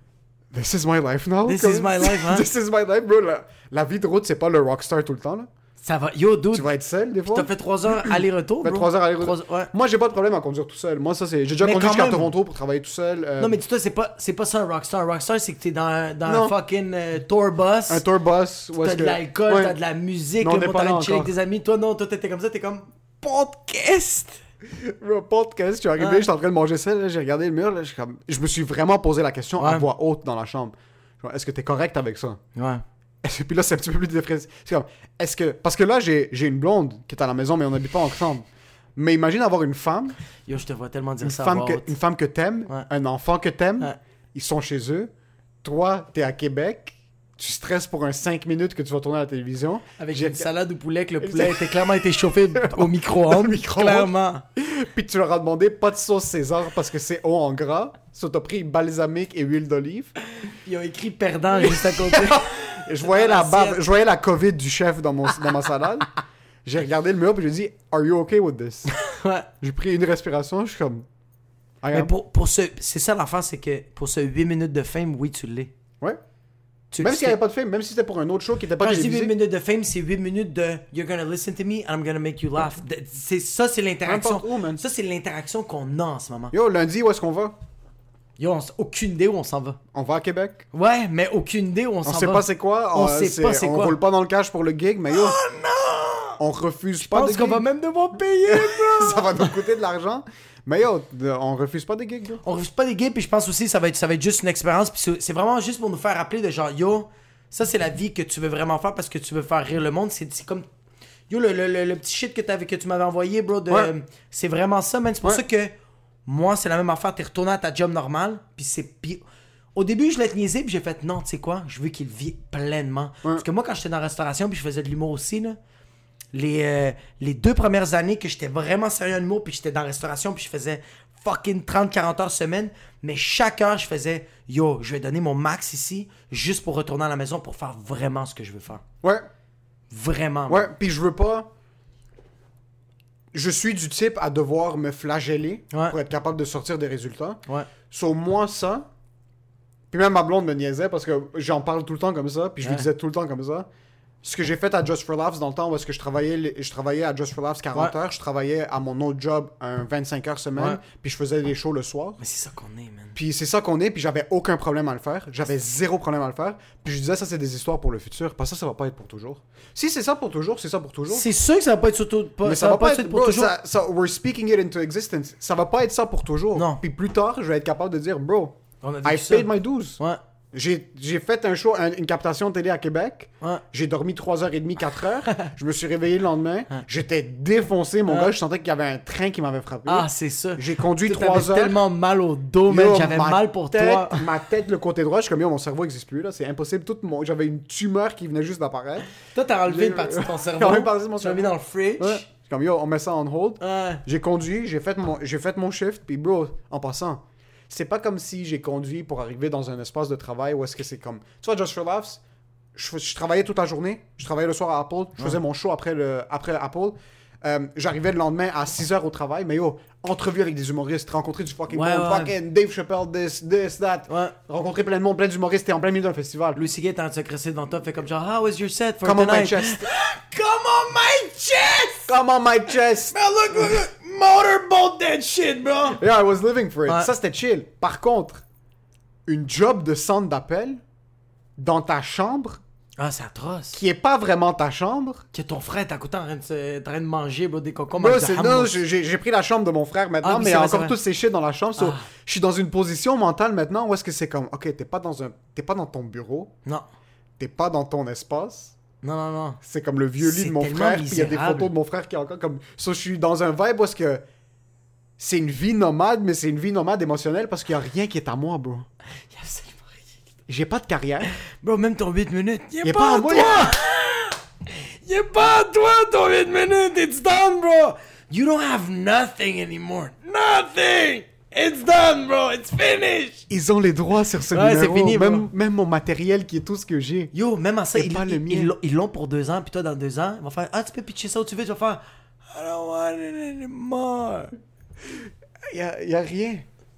S2: This is my life now.
S3: This
S2: comme-
S3: is my life, hein?
S2: This is my life, bro. La vie de route, c'est pas le rockstar tout le temps, là.
S3: Ça va. Yo, dude.
S2: Tu vas être seul des fois.
S3: T'as fait 3 heures aller-retour, bro.
S2: 3 heures aller-retour.
S3: Ouais.
S2: Moi, j'ai pas de problème à conduire tout seul. Moi, ça, c'est. J'ai déjà
S3: Mais
S2: conduit
S3: quand
S2: jusqu'à
S3: même.
S2: Toronto pour travailler tout seul.
S3: Non, mais dis-toi, c'est pas ça un rockstar. Un rockstar, c'est que t'es dans
S2: Non.
S3: un fucking tour bus.
S2: Un tour bus.
S3: T'as de l'alcool,
S2: Ouais.
S3: t'as de la musique,
S2: Mais on
S3: le
S2: n'est
S3: monde
S2: pas là
S3: t'allais chiller avec
S2: encore.
S3: tes amis. Toi, non, toi, t'étais comme ça, t'es comme podcast.
S2: Le podcast, je suis arrivé,
S3: Ouais.
S2: j'étais en train de manger ça, là, j'ai regardé le mur, là, je me suis vraiment posé la question à
S3: Ouais.
S2: voix haute dans la chambre. Genre, est-ce que t'es correct avec ça?
S3: Ouais.
S2: Et puis là, c'est un petit peu plus dépressif. C'est comme, est-ce que... Parce que là, j'ai une blonde qui est à la maison, mais on n'habite pas ensemble. Mais imagine avoir une femme,
S3: Yo, je te vois tellement dire
S2: une
S3: ça à
S2: femme,
S3: voix
S2: que,
S3: haute.
S2: une femme que t'aimes,
S3: Ouais.
S2: un enfant que t'aimes,
S3: Ouais.
S2: ils sont chez eux, toi, t'es à Québec, tu stresses pour un 5 minutes que tu vas tourner à la télévision.
S3: Avec
S2: J'ai-
S3: une salade au poulet, que le poulet était clairement été chauffé au micro-ondes.
S2: Au micro-ondes.
S3: Clairement.
S2: Puis tu leur as demandé pas de sauce César parce que c'est haut en gras. So, t'as pris balsamique et huile d'olive.
S3: Ils ont écrit perdant juste à côté.
S2: Et je voyais la
S3: L'assiette.
S2: bave, je voyais la COVID du chef dans ma salade. J'ai regardé le mur et j'ai dit, Are you okay with this?
S3: Ouais.
S2: J'ai pris une respiration, je suis comme. I
S3: Mais
S2: am.
S3: pour ce. C'est ça l'affaire, c'est que pour ce 8 minutes de fame, oui, tu l'es.
S2: Ouais.
S3: Tu
S2: Même
S3: le
S2: s'il n'y avait
S3: sais.
S2: pas de film, même si c'était pour un autre show qui n'était pas
S3: Quand je dis 8
S2: télévisé.
S3: minutes de fame, c'est 8 minutes de You're gonna listen to me and I'm gonna make you laugh. C'est ça, c'est l'interaction.
S2: N'importe où, man.
S3: Ça, c'est l'interaction qu'on a en ce moment.
S2: Yo, lundi, où est-ce qu'on va?
S3: Yo, aucune idée où on s'en va.
S2: On va à Québec.
S3: Ouais, mais aucune idée où on s'en
S2: On
S3: va.
S2: sait pas c'est quoi.
S3: On sait pas c'est
S2: on
S3: quoi.
S2: roule pas dans le cash pour le gig, mais yo.
S3: Oh non!
S2: On refuse
S3: Je
S2: pas
S3: pense
S2: de
S3: qu'on
S2: gigs.
S3: va même devoir payer, bro!
S2: Ça va nous coûter de l'argent. Mais yo, on refuse pas des gigs, là.
S3: On refuse pas des gays, puis je pense aussi que ça va être juste une expérience, puis c'est vraiment juste pour nous faire rappeler de genre, yo, ça c'est la vie que tu veux vraiment faire parce que tu veux faire rire le monde. C'est comme, yo, le petit shit que tu m'avais envoyé, bro,
S2: Ouais.
S3: c'est vraiment ça, man. C'est pour
S2: Ouais.
S3: ça que moi, c'est la même affaire. T'es retourné à ta job normale, puis au début, je l'ai niaisé, puis j'ai fait, non, tu sais quoi, je veux qu'il vive pleinement. Parce que moi, quand j'étais dans la restauration, puis je faisais de l'humour aussi, là, les 2 premières années que j'étais vraiment sérieux en humour, puis j'étais dans la restauration, puis je faisais fucking 30-40 heures semaine, mais chaque heure, je faisais, yo, je vais donner mon max ici, juste pour retourner à la maison pour faire vraiment ce que je veux faire.
S2: Ouais.
S3: Vraiment.
S2: Ouais, puis je veux pas. Je suis du type à devoir me flageller
S3: Ouais.
S2: pour être capable de sortir des résultats.
S3: Ouais.
S2: Sur moi, ça. Puis même ma blonde me niaisait parce que j'en parle tout le temps comme ça, puis je lui
S3: Ouais.
S2: disais tout le temps comme ça. Ce que j'ai fait à Just for Laughs dans le temps où est-ce que je travaillais à Just for Laughs 40
S3: Ouais.
S2: heures, je travaillais à mon autre job un 25 heures semaine,
S3: Ouais.
S2: puis je faisais des shows le soir.
S3: Mais c'est ça qu'on est, man.
S2: Puis c'est ça qu'on est, puis j'avais aucun problème à le faire. J'avais zéro problème à le faire. Puis je disais, ça, c'est des histoires pour le futur. Parce que ça va pas être pour toujours. Si c'est ça pour toujours, c'est ça pour toujours.
S3: C'est sûr que ça va pas être surtout.
S2: Mais ça va pas être
S3: pour
S2: bro,
S3: toujours.
S2: we're speaking it into existence. Ça va pas être ça pour toujours.
S3: Non.
S2: Puis plus tard, je vais être capable de dire, bro,
S3: On a vécu
S2: I
S3: ça.
S2: paid my dues.
S3: Ouais.
S2: J'ai fait un show, une captation télé à Québec.
S3: Ouais.
S2: J'ai dormi 3h30, 4h. Je me suis réveillé le lendemain. J'étais défoncé, mon
S3: Ouais.
S2: gars. Je sentais qu'il y avait un train qui m'avait frappé.
S3: Ah, c'est ça.
S2: J'ai conduit
S3: T'avais
S2: 3 heures.
S3: tellement mal au dos, man.
S2: Yo,
S3: J'avais
S2: ma
S3: mal pour
S2: tête,
S3: toi.
S2: Ma tête, le côté droit, je suis comme, yo, mon cerveau n'existe plus, là. C'est impossible. J'avais une tumeur qui venait juste d'apparaître.
S3: Toi, t'as enlevé
S2: J'ai-
S3: une partie de ton cerveau.
S2: J'ai enlevé une partie de mon
S3: Tu l'as mis
S2: cerveau.
S3: dans le fridge.
S2: Ouais. Je suis comme, yo, on met ça on hold.
S3: Ouais.
S2: J'ai conduit, j'ai fait mon shift, puis bro, en passant, c'est pas comme si j'ai conduit pour arriver dans un espace de travail où est-ce que c'est comme... Tu vois, Just for Laughs, je travaillais toute la journée, je travaillais le soir à Apple, je faisais mon show après Apple. J'arrivais le lendemain à 6h au travail, mais yo, entrevue avec des humoristes, rencontrer du fucking
S3: Ouais,
S2: monde,
S3: ouais.
S2: fucking Dave Chappelle, this, that.
S3: Ouais.
S2: Rencontrer plein de monde, plein d'humoristes, t'es en plein milieu d'un festival.
S3: Louis C.K. est en train de se cresser devant toi, fait comme genre, how was your set for
S2: Come on my
S3: tonight?
S2: chest.
S3: Come on my chest!
S2: Come on my chest.
S3: Man, look, motorboat that shit, bro!
S2: Yeah, I was living for it.
S3: Ouais.
S2: Ça, c'était chill. Par contre, une job de centre d'appel dans ta chambre,
S3: Ah, c'est atroce.
S2: qui est pas vraiment ta chambre.
S3: Que ton frère est à côté en train de manger, bro, des cocos.
S2: Bro, non, j'ai pris la chambre de mon frère maintenant,
S3: Ah, oui,
S2: mais il y
S3: c'est
S2: a
S3: vrai, c'est
S2: encore
S3: vrai.
S2: tous ces shit dans la chambre. So,
S3: Ah.
S2: je suis dans une position mentale maintenant où est-ce que c'est comme, ok, t'es pas dans ton bureau,
S3: Non.
S2: t'es pas dans ton espace.
S3: Non, non, non.
S2: C'est comme le vieux lit
S3: C'est
S2: de mon
S3: tellement
S2: frère, puis il y a des
S3: misérable.
S2: photos de mon frère qui est encore comme... So, je suis dans un vibe où est-ce que c'est une vie nomade, mais c'est une vie nomade émotionnelle parce qu'il y a rien qui est à moi, bro.
S3: Il y a absolument rien.
S2: J'ai pas de carrière.
S3: Bro, même ton 8 minutes, il
S2: Il
S3: est
S2: est
S3: pas
S2: pas
S3: à
S2: à moi.
S3: toi! Il est pas à toi, ton 8 minutes! It's done, bro! You don't have nothing anymore. Nothing! It's done, bro! It's finished!
S2: Ils ont les droits sur ce
S3: Ouais,
S2: numéro.
S3: c'est fini, bro.
S2: même mon matériel qui est tout ce que j'ai.
S3: Yo, même à ça,
S2: C'est pas le mien.
S3: ils l'ont pour 2 ans, puis toi, dans 2 ans, ils vont faire, ah, tu peux pitcher ça où tu veux, tu vas faire, I don't want it anymore.
S2: Y a rien.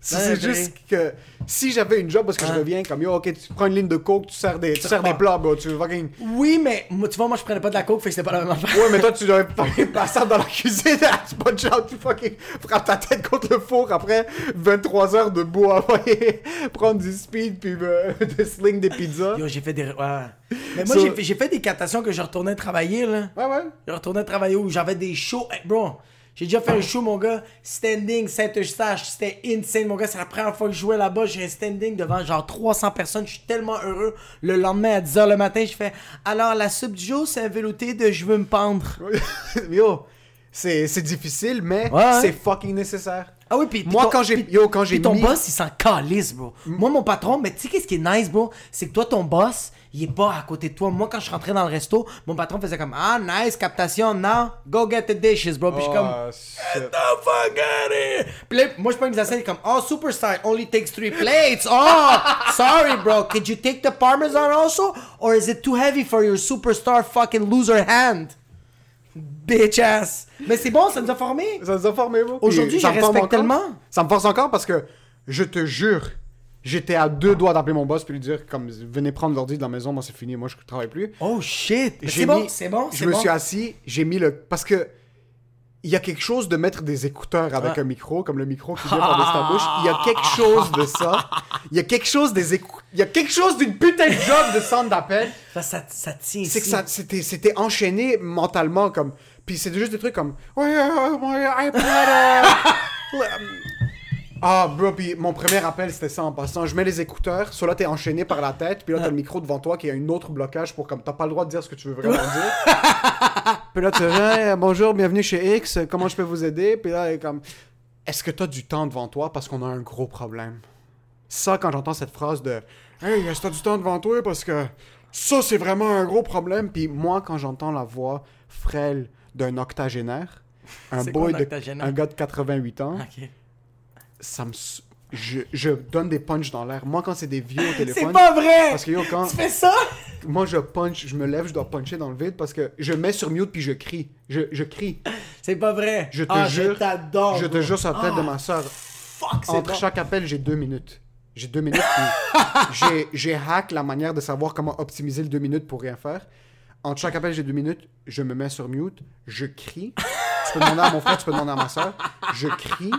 S2: C'est juste que si j'avais une job parce que je reviens comme yo, ok, tu prends une ligne de coke, tu sers des plats, bro, tu fucking.
S3: Oui, mais tu vois, moi je prenais pas de la coke, fait que c'était pas la même affaire.
S2: Ouais, mais toi tu devrais fucking passer dans la cuisine, tu punch out, tu fucking frappes ta tête contre le four après 23 heures de bois, prendre du speed puis de sling des pizzas.
S3: Yo, j'ai fait des. Ouais. Mais moi, j'ai fait des captations que je retournais travailler, là.
S2: Ouais.
S3: Je retournais travailler où j'avais des shows. Hey, bro, j'ai déjà fait un show, mon gars. Standing, Saint-Eustache. C'était insane, mon gars. C'est la première fois que je jouais là-bas. J'ai un standing devant genre 300 personnes. Je suis tellement heureux. Le lendemain, à 10h le matin, je fais alors, la soupe du jour, c'est un velouté de je veux me pendre.
S2: Yo, c'est difficile, mais c'est fucking nécessaire.
S3: Ah oui, puis
S2: moi, quand j'ai
S3: ton boss, il s'en calisse, bro. Moi, mon patron, mais tu sais qu'est-ce qui est nice, bro? C'est que toi, ton boss, il est pas à côté de toi. Moi, quand je rentrais dans le resto, mon patron faisait comme ah, nice, captation, now, go get the dishes, bro. Puis je suis comme get the fuck out of here. Puis là, moi, je prends une scène, il est comme oh, superstar, only takes 3 plates. Oh, sorry, bro. Could you take the parmesan also? Or is it too heavy for your superstar fucking loser hand? Bitch ass. Mais c'est bon, ça nous a formés.
S2: Ça nous a formés, bro.
S3: Aujourd'hui, je respecte tellement.
S2: Ça me force encore parce que, je te jure, j'étais à 2 doigts d'appeler mon boss puis lui dire, comme, venez prendre l'ordi de la maison, moi c'est fini, moi je travaille plus.
S3: Oh shit. C'est bon.
S2: Je me suis assis, j'ai mis le... Parce que, il y a quelque chose de mettre des écouteurs avec un micro, comme le micro qui vient par ta bouche. Il y a quelque chose de ça. Il y a quelque chose Il y a quelque chose d'une putain de job de centre d'appel.
S3: Ça tient.
S2: C'est que c'était enchaîné mentalement comme. Puis c'est juste des trucs comme. Ah, bro, puis mon premier appel, c'était ça en passant. Je mets les écouteurs, soit là, t'es enchaîné par la tête, puis là, t'as le micro devant toi qui a un autre blocage pour comme t'as pas le droit de dire ce que tu veux vraiment dire. Puis là, tu dis, bonjour, bienvenue chez X, comment je peux vous aider? Puis là, comme, est-ce que t'as du temps devant toi parce qu'on a un gros problème? Ça, quand j'entends cette phrase de, hey, est-ce que t'as du temps devant toi parce que ça, c'est vraiment un gros problème. Puis moi, quand j'entends la voix frêle d'un octogénaire, un gars de 88 ans, ça me... Je donne des punches dans l'air. Moi, quand c'est des vieux au téléphone...
S3: C'est pas vrai!
S2: Parce que, yo, quand...
S3: Tu fais ça?
S2: Moi, je punch, je me lève, je dois puncher dans le vide parce que je mets sur mute puis je crie. Je crie.
S3: C'est pas vrai.
S2: Je te jure.
S3: Je t'adore.
S2: Je te jure sur la tête de ma soeur.
S3: Fuck, c'est
S2: Entre chaque appel, j'ai 2 minutes. J'ai 2 minutes puis j'ai hack la manière de savoir comment optimiser le 2 minutes pour rien faire. Entre chaque appel, j'ai 2 minutes. Je me mets sur mute. Je crie. Tu peux demander à mon frère, tu peux demander à ma soeur. Je crie.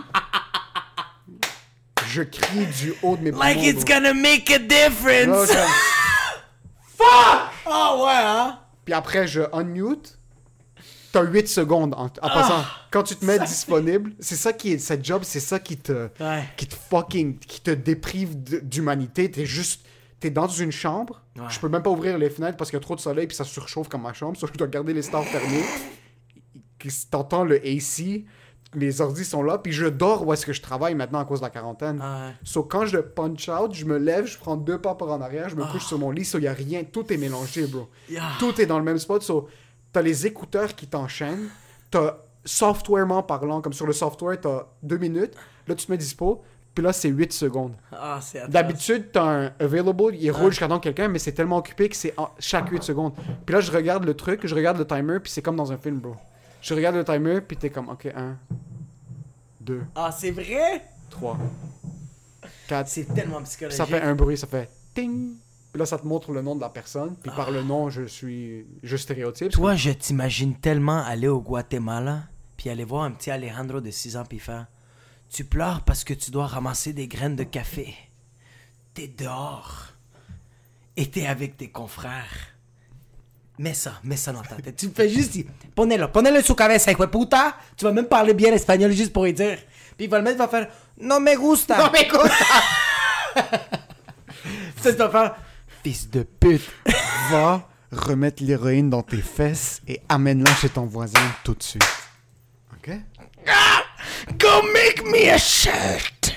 S2: Je crie du haut de mes poumons.
S3: Like it's gonna make a difference! Fuck! Oh ouais, hein?
S2: Puis après, je unmute. T'as 8 secondes en passant. Quand tu te mets disponible, c'est ça qui est... Cette job, c'est ça qui te fucking... Qui te déprive d'humanité. T'es dans une chambre. Ouais. Je peux même pas ouvrir les fenêtres parce qu'il y a trop de soleil puis ça surchauffe comme ma chambre. Sauf que je dois garder les stores fermés. T'entends le AC... Les ordis sont là, puis je dors où est-ce que je travaille maintenant à cause de la quarantaine. So, quand je punch out, je me lève, je prends 2 pas par en arrière, je me couche sur mon lit, so, y a rien, tout est mélangé, bro. Tout est dans le même spot, so, t'as les écouteurs qui t'enchaînent, t'as softwarement parlant, comme sur le software, t'as 2 minutes, là, tu te mets dispo, puis là, c'est 8 secondes. D'habitude, t'as un available, il roule jusqu'à temps quelqu'un, mais c'est tellement occupé que c'est chaque 8 secondes. Puis là, je regarde le truc, je regarde le timer, puis c'est comme dans un film, bro. Je regarde le timer, puis t'es comme, ok, 1, 2.
S3: Ah, c'est vrai?
S2: 3, 4.
S3: C'est tellement psychologique.
S2: Ça fait un bruit, ça fait ting. Puis là, ça te montre le nom de la personne. Puis par le nom, je stéréotype.
S3: Toi, je t'imagine tellement aller au Guatemala, puis aller voir un petit Alejandro de 6 ans, puis faire tu pleures parce que tu dois ramasser des graines de café. T'es dehors. Et t'es avec tes confrères. Mets ça dans ta tête. Tu fais juste dire, ponelo su cabeza, hijo de puta. Tu vas même parler bien espagnol juste pour y dire. Puis il va le mettre, il va faire, no me gusta. No me gusta. Ça, tu vas faire, fils de pute.
S2: Va remettre l'héroïne dans tes fesses et amène-la chez ton voisin tout de suite. OK?
S3: Go make me a shirt.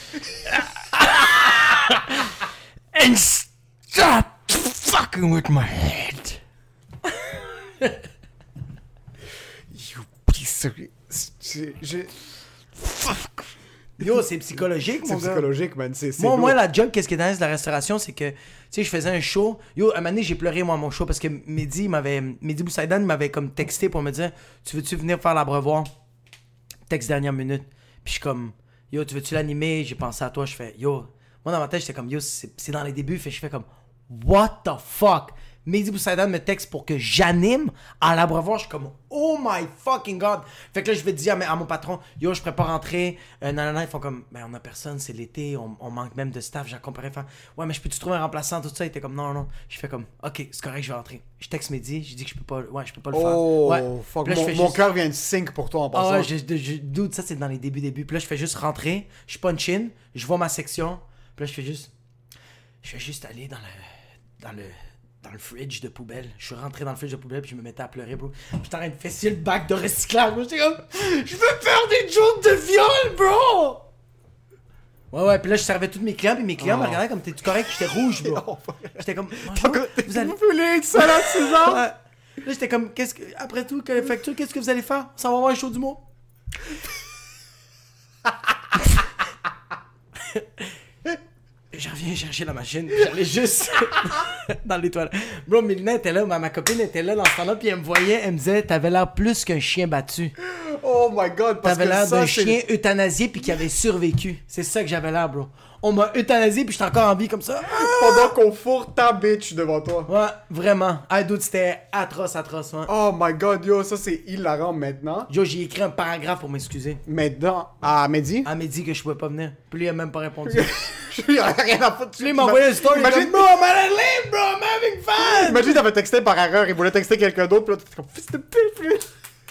S3: And stop fucking with my head.
S2: You piece of... Fuck.
S3: Yo, c'est psychologique, mon gars.
S2: C'est psychologique, man.
S3: Moi, la job, qu'est-ce qui est dans la restauration, c'est que, tu sais, je faisais un show. Yo, à un moment donné, j'ai pleuré, moi, mon show, parce que Mehdi Boussaïdan m'avait comme texté pour me dire, tu veux-tu venir faire l'abreuvoir? Texte dernière minute. Puis je suis comme, Yo, tu veux-tu l'animer? J'ai pensé à toi. Je fais, yo. Moi, dans ma tête, j'étais comme, yo, c'est dans les débuts. Je fais comme, what the fuck? Mehdi Boussaïdan me texte pour que j'anime à l'Abreuvoir. Je suis comme, oh my fucking god. Fait que là, je vais dire à mon patron, yo, je pourrais pas rentrer. Nanana, ils font comme, ben, on a personne, c'est l'été, on manque même de staff. J'accompagnerais faire, ouais, mais je peux-tu trouver un remplaçant, tout ça? Il était comme, non. Je fais comme, ok, c'est correct, je vais rentrer. Je texte Mehdi, je dis que je peux pas le faire.
S2: Oh,
S3: Ouais.
S2: fuck,
S3: Là,
S2: mon cœur vient de sync pour toi en passant.
S3: Ah ouais, dude, ça c'est dans les débuts. Puis là, je fais juste rentrer, je punch in, je vois ma section. Puis là, je vais juste aller dans le fridge de poubelle. Je suis rentré dans le fridge de poubelle, puis je me mettais à pleurer, bro. Puis j'étais en train de fesser le bac de recyclage. Moi, j'étais comme, je veux faire des jokes de viol, bro! Ouais, puis là, je servais tous mes clients, puis mes clients me regardaient comme, t'es-tu correct? J'étais rouge, bro. J'étais comme, bonjour,
S2: Vous voulez être salade, César?
S3: Là, j'étais comme, après tout, facture, qu'est-ce que vous allez faire? Ça va avoir un show d'humour. Je reviens chercher la machine, j'allais juste dans les toilettes. Bro, Mélina était là, ma copine était là dans ce temps-là, puis elle me voyait, elle me disait, t'avais l'air plus qu'un chien battu.
S2: Oh my god, parce
S3: T'avais
S2: que
S3: l'air
S2: ça,
S3: d'un
S2: c'est...
S3: chien euthanasié puis qui avait survécu. C'est ça que j'avais l'air, bro. On m'a euthanasié puis j'étais encore en vie comme ça.
S2: Pendant qu'on fourre ta bitch devant toi.
S3: Ouais, vraiment. Ah, dude, c'était atroce, ouais.
S2: Oh my god, yo, ça c'est hilarant maintenant.
S3: Yo, j'ai écrit un paragraphe pour m'excuser.
S2: Maintenant, à Mehdi,
S3: Elle m'a dit que je pouvais pas venir. Puis lui, il a même pas répondu.
S2: il y a rien à foutre.
S3: Lui, il m'a envoyé une story.
S2: Imagine,
S3: Bro, I'm at lame, bro, I'm having fun.
S2: imagine, t'avais texté par erreur, il voulait texter quelqu'un d'autre, puis là, t'étais comme, fils de pute.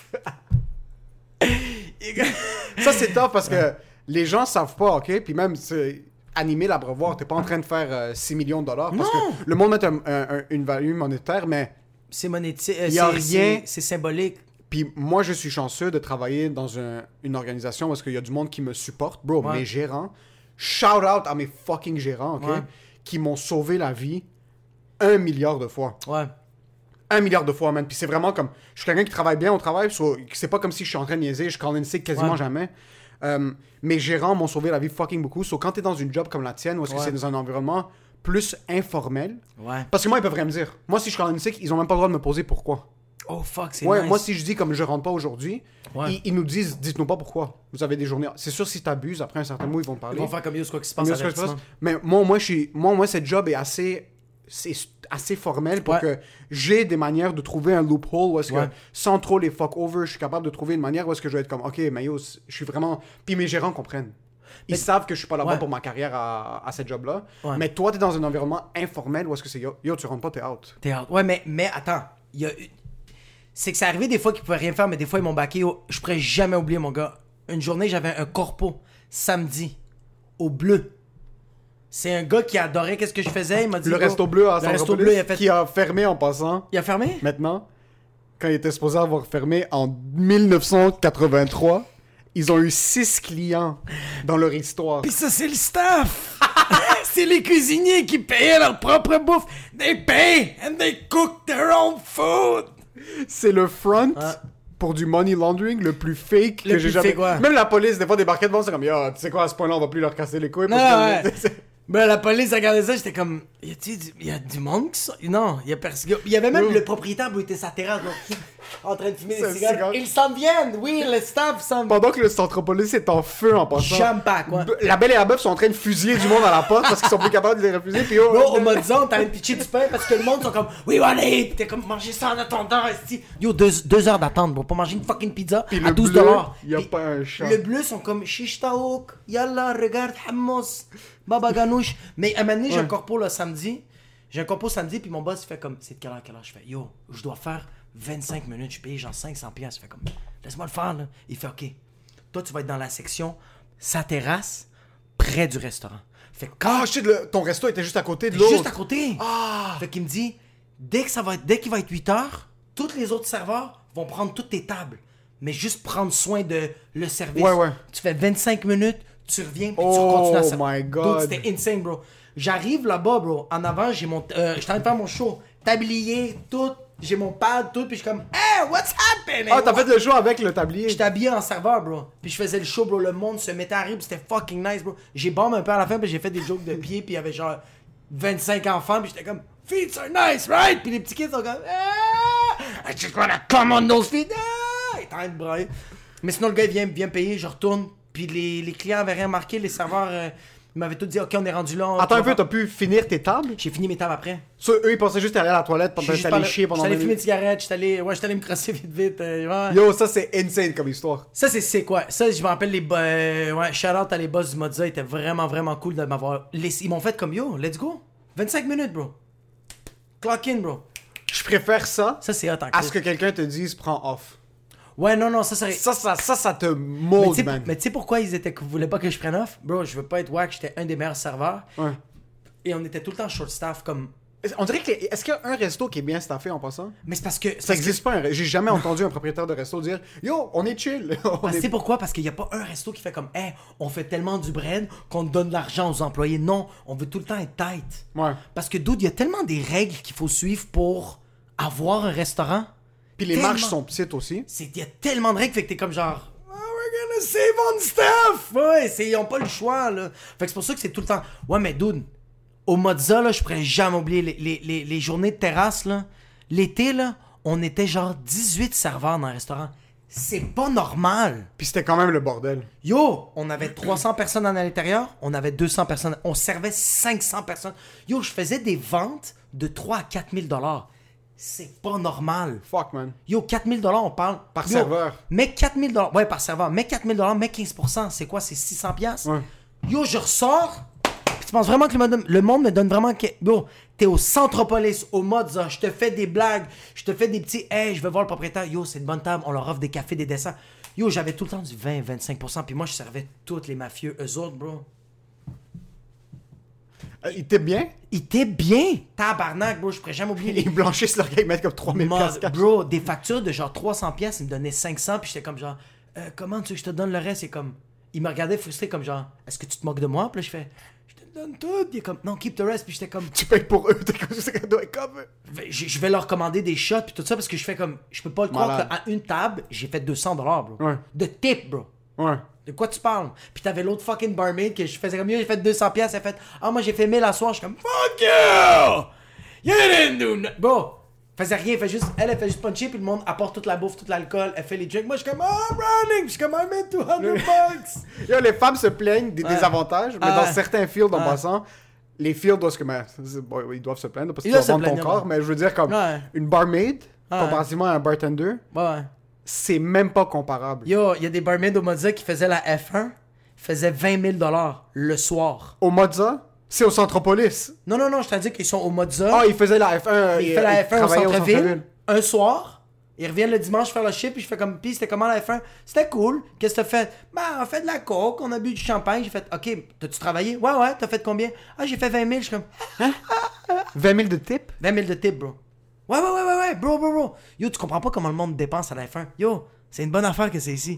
S2: Ça c'est top parce que les gens savent pas, ok? Puis même, animer l'Abreuvoir, t'es pas en train de faire 6 millions de dollars. Parce
S3: Non.
S2: que le monde met une valeur monétaire, mais...
S3: C'est monétisé.
S2: Y a rien.
S3: C'est symbolique.
S2: Puis moi, je suis chanceux de travailler dans une organisation parce qu'il y a du monde qui me supporte. Bro,
S3: Ouais.
S2: mes gérants, shout out à mes fucking gérants, ok?
S3: Ouais.
S2: Qui m'ont sauvé la vie 1 milliard de fois.
S3: Ouais.
S2: 1 milliard de fois, man. Puis c'est vraiment comme... Je suis quelqu'un qui travaille bien au travail. C'est pas comme si je suis en train de niaiser. Je call in sick quasiment
S3: Ouais.
S2: jamais. Mes gérants m'ont sauvé la vie fucking beaucoup. So, quand t'es dans une job comme la tienne, ou est-ce que
S3: Ouais.
S2: c'est dans un environnement plus informel...
S3: Ouais.
S2: Parce que moi, ils peuvent rien me dire. Moi, si je call in sick, ils ont même pas le droit de me poser pourquoi.
S3: Oh, fuck, c'est
S2: Ouais,
S3: nice.
S2: moi, si je dis comme je rentre pas aujourd'hui,
S3: Ouais.
S2: ils nous disent, dites-nous pas pourquoi. Vous avez des journées... C'est sûr, si t'abuses, après un certain moment, ils vont te parler.
S3: Ils vont faire comme yo, c'est quoi qui se passe
S2: Mais
S3: à
S2: ce que je pense-
S3: l'avertissement.
S2: Mais moi, cette job est assez formel pour
S3: Ouais.
S2: que j'ai des manières de trouver un loophole où est-ce
S3: Ouais.
S2: que, sans trop les fuck over, je suis capable de trouver une manière où est-ce que je vais être comme, ok, mais yo, je suis vraiment... Puis mes gérants comprennent. Ils
S3: Mais-
S2: savent que je suis pas là-bas
S3: Ouais.
S2: pour ma carrière à cette job-là.
S3: Ouais.
S2: Mais toi, t'es dans un environnement informel où est-ce que c'est, yo, tu rentres pas, t'es out.
S3: T'es out. Ouais, mais attends. Il y a c'est que c'est arrivé des fois qu'ils pouvaient rien faire, mais des fois ils m'ont backé. Je pourrais jamais oublier, mon gars. Une journée, j'avais un corpo, samedi, au bleu. C'est un gars qui adorait qu'est-ce que je faisais. Il m'a dit...
S2: Le
S3: oh,
S2: resto bleu à
S3: le resto
S2: Centropolis,
S3: bleu, il a fait...
S2: qui a fermé en passant,
S3: Il a fermé?
S2: maintenant, quand il était supposé avoir fermé en 1983, ils ont eu 6 clients dans leur histoire.
S3: Pis ça, c'est le staff! C'est les cuisiniers qui payaient leur propre bouffe. They pay and they cook their own food!
S2: C'est le front
S3: Ah.
S2: pour du money laundering le plus fake
S3: Le
S2: que j'ai
S3: plus
S2: jamais...
S3: fake, ouais.
S2: Même la police, des fois, débarquait devant, c'est comme, yo, tu sais quoi, à ce point-là, on va plus leur casser les couilles.
S3: Non,
S2: parce que-
S3: ouais. Ben, la police regardait ça, j'étais comme, y a du monde qui sort? Non, y a personne. Il y avait même
S2: Yo.
S3: le propriétaire où il était sa terrasse, donc, en train de fumer
S2: C'est un
S3: des cigares.
S2: cigare.
S3: Ils s'en viennent, oui, le staff s'en vient.
S2: Pendant que le Centropolis est en feu en passant.
S3: Champagne, ouais.
S2: La Belle et la Bœuf sont en train de fusiller du monde à la porte parce qu'ils sont plus capables de les refuser. Puis yo,
S3: Bro, au mode zone, t'as un pitcher du pain parce que le monde sont comme, oui, allez, pis t'es comme, mangez ça en attendant, esti. Yo, 2 heures d'attente, bro, pour manger une fucking pizza
S2: puis
S3: à
S2: le
S3: 12
S2: bleu,
S3: $.
S2: y a
S3: Puis
S2: pas un chat.
S3: Le bleu sont comme, shish taouk, yallah, regarde, hamous, baba ganouche. Mais à un moment donné, j'ai un corpo le samedi. J'ai un corpo samedi, puis mon boss il fait comme, c'est de quelle heure? Je fais, yo, je dois faire 25 minutes, je paye genre 500$. Il fait comme, laisse-moi le faire, là. Il fait, ok, toi, tu vas être dans la section, sa terrasse, près du restaurant. Fait que quand
S2: Ah, shit, ton resto était juste à côté de
S3: T'es
S2: l'autre.
S3: juste à côté. Fait qu'il me dit, dès qu'il va être 8 heures, tous les autres serveurs vont prendre toutes tes tables. Mais juste prendre soin de le service.
S2: Ouais.
S3: Tu fais 25 minutes, tu reviens, puis tu
S2: Oh
S3: continues à servir.
S2: my God.
S3: Dude, c'était insane, bro. J'arrive là-bas, bro. En avant, j'ai mon... j'étais en train de faire mon show. Tablier, tout. J'ai mon pad, tout. Puis je suis comme, hey, what's happening?
S2: Ah, t'as fait le show avec le tablier.
S3: J'étais habillé en serveur, bro. Puis je faisais le show, bro. Le monde se mettait à rire, puis c'était fucking nice, bro. J'ai bombé un peu à la fin, puis j'ai fait des jokes de pied, puis il y avait genre 25 enfants, puis j'étais comme, feet are nice, right? Puis les petits kids sont comme, ah, I just wanna come on those feet. Ah, il est en train de brailler. Mais sinon, le gars, il vient me payer, je retourne, Puis les clients avaient rien marqué, les serveurs, ils m'avaient tout dit, OK, on est rendu là.
S2: Attends un peu, t'as pu finir tes tables?
S3: J'ai fini mes tables après.
S2: Ça, eux, ils pensaient juste aller à la toilette pendant que t'allais chier pendant
S3: J'étais allé fumer une cigarette, j'étais allé me crosser vite. Ouais.
S2: Yo, ça, c'est insane comme histoire.
S3: Ça, c'est quoi? Ça, je me rappelle les... shout-out à les boss du Mozza, ils étaient vraiment, vraiment cool de m'avoir... Ils m'ont fait comme, yo, let's go. 25 minutes, bro. Clock in, bro.
S2: Je préfère ça
S3: Ça, c'est hot en
S2: à ce que quelqu'un te dise prends off.
S3: Ouais, non, ça serait...
S2: Ça te molde, man.
S3: Mais tu sais pourquoi ils voulaient pas que je prenne off? Bro, je veux pas être wack, j'étais un des meilleurs serveurs.
S2: Ouais.
S3: Et on était tout le temps short staff, comme...
S2: On dirait que... Est-ce qu'il y a un resto qui est bien staffé en passant?
S3: Mais c'est parce que...
S2: Ça existe pas. J'ai jamais entendu un propriétaire de resto dire yo, on est chill.
S3: Tu sais pourquoi? Parce qu'il y a pas un resto qui fait comme hey, on fait tellement du bread qu'on donne de l'argent aux employés. Non, on veut tout le temps être tight.
S2: Ouais.
S3: Parce que dude, il y a tellement des règles qu'il faut suivre pour avoir un restaurant.
S2: Puis les marges sont petites aussi.
S3: Il y a tellement de règles fait que t'es comme genre oh, we're gonna save on stuff. Ouais, ils ont pas le choix là. Fait que c'est pour ça que c'est tout le temps. Ouais, mais dude, au Mozza, là, je pourrais jamais oublier les journées de terrasse, là. L'été, là, on était genre 18 serveurs dans un restaurant. C'est pas normal.
S2: Puis c'était quand même le bordel.
S3: Yo, on avait 300 personnes à l'intérieur, on avait 200 personnes, on servait 500 personnes. Yo, je faisais des ventes de 3 à 4 000 $. C'est pas normal.
S2: Fuck, man.
S3: Yo, 4 000 $, on parle.
S2: Par
S3: Yo,
S2: serveur.
S3: Mais 4 000 $, ouais, par serveur. Mais 4 000 $, mais 15%, c'est quoi? C'est 600 $?
S2: Ouais.
S3: Yo, je ressors... Tu penses vraiment que le monde me donne vraiment... Yo, t'es au Centropolis, au Mozza, je te fais des blagues, je te fais des petits... Hey, je vais voir le propriétaire. Yo, c'est une bonne table, on leur offre des cafés, des desserts. Yo, j'avais tout le temps du 20-25%, puis moi, je servais tous les mafieux, eux autres, bro.
S2: Il était bien?
S3: Ils étaient bien! Tabarnak, bro, je pourrais jamais oublier.
S2: Ils blanchissent leur gars, ils mettent comme 3000 $.
S3: Bro, des factures de genre 300 $, ils me donnaient 500, puis j'étais comme genre... comment tu veux que je te donne le reste? C'est comme... Il me regardait frustré comme genre... Est-ce que tu te moques de moi? Puis là, je fais... Donne tout. Il est comme, non, keep the rest. Puis j'étais comme,
S2: tu payes pour eux. T'es comme, ça doit être comme.
S3: Je vais leur commander des shots. Puis tout ça, parce que je fais comme, je peux pas le croire qu'à une table, j'ai fait 200 $, bro. Ouais. De tip, bro.
S2: Ouais.
S3: De quoi tu parles? Puis t'avais l'autre fucking barmaid que je faisais comme, j'ai fait 200 $. Elle fait, moi j'ai fait 1000 à soir. Je suis comme, fuck you! You didn't do nothing. Bro. Faisait rien, elle fait juste puncher, puis le monde apporte toute la bouffe, tout l'alcool, elle fait les drinks. Moi, je suis comme, I'm running! Je suis comme, I made 200 $.
S2: Yo, les femmes se plaignent des désavantages, mais dans certains fields, en passant, les fields doivent ils doivent se plaindre parce qu'ils doivent vendre ton corps, mais je veux dire, comme une barmaid, comparativement à un bartender, c'est même pas comparable.
S3: Yo, il y a des barmaids au Mozza qui faisaient la F1, faisaient 20 000 $ le soir.
S2: Au Mozza? C'est au Centropolis.
S3: Non, je t'ai dit qu'ils sont au Mozza.
S2: Ah, ils faisaient la F1.
S3: Ils faisaient la F1 au centre-ville. Un soir, ils reviennent le dimanche faire le shit, puis je fais comme, puis c'était comment la F1? C'était cool. Qu'est-ce que t'as fait? On fait de la coke, on a bu du champagne. J'ai fait, ok, t'as-tu travaillé? Ouais, t'as fait combien? Ah, j'ai fait 20 000. Je suis comme,
S2: hein? 20 000 de tip?
S3: 20 000 de tip, bro. Ouais, bro. Yo, tu comprends pas comment le monde dépense à la F1. Yo, c'est une bonne affaire que c'est ici.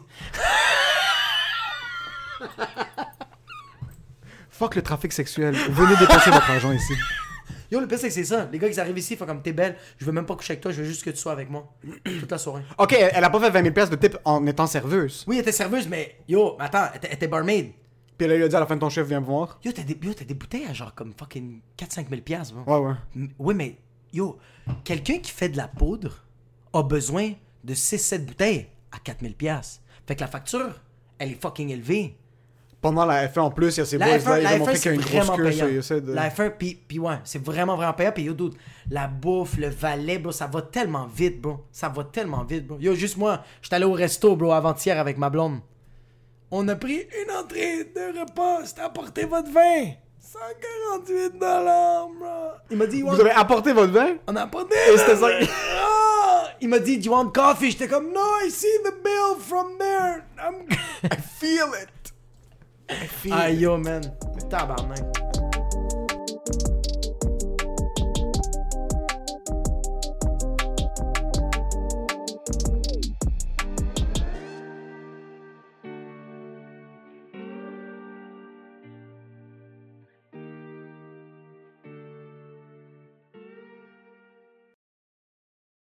S2: Fuck le trafic sexuel. Venez dépenser votre argent ici.
S3: Yo, le pire, c'est que c'est ça. Les gars, ils arrivent ici, ils font comme, t'es belle, je veux même pas coucher avec toi, je veux juste que tu sois avec moi. Toute la soirée.
S2: Ok, elle a pas fait 20 000 $ de tip en étant serveuse.
S3: Oui, elle était serveuse, mais yo, attends, elle était barmaid.
S2: Puis elle lui a dit à la fin de ton chef, viens me voir.
S3: Yo, t'as des bouteilles à genre comme fucking 4-5 000 $, bro.
S2: Ouais.
S3: Oui, mais yo, quelqu'un qui fait de la poudre a besoin de 6-7 bouteilles à 4 000 $. Fait que la facture, elle est fucking élevée.
S2: Pendant la F1 en plus, il y a ces boys là, ils ont montré qu'il y a une grosse queue.
S3: La F1, puis ouais, c'est vraiment payant. Puis yo, dude, la bouffe, le valet, bro, ça va tellement vite, bro. Yo, juste moi, j'étais allé au resto, bro, avant-hier avec ma blonde. On a pris une entrée de repas, c'était apporter votre vin. 148 $, bro. Il m'a dit,
S2: vous avez apporté votre vin?
S3: On a apporté.
S2: Et c'était ça.
S3: Il m'a dit, do you want coffee? J'étais comme, no, I see the bill from there.
S2: I feel it.
S3: Yo, man. Tabarnak.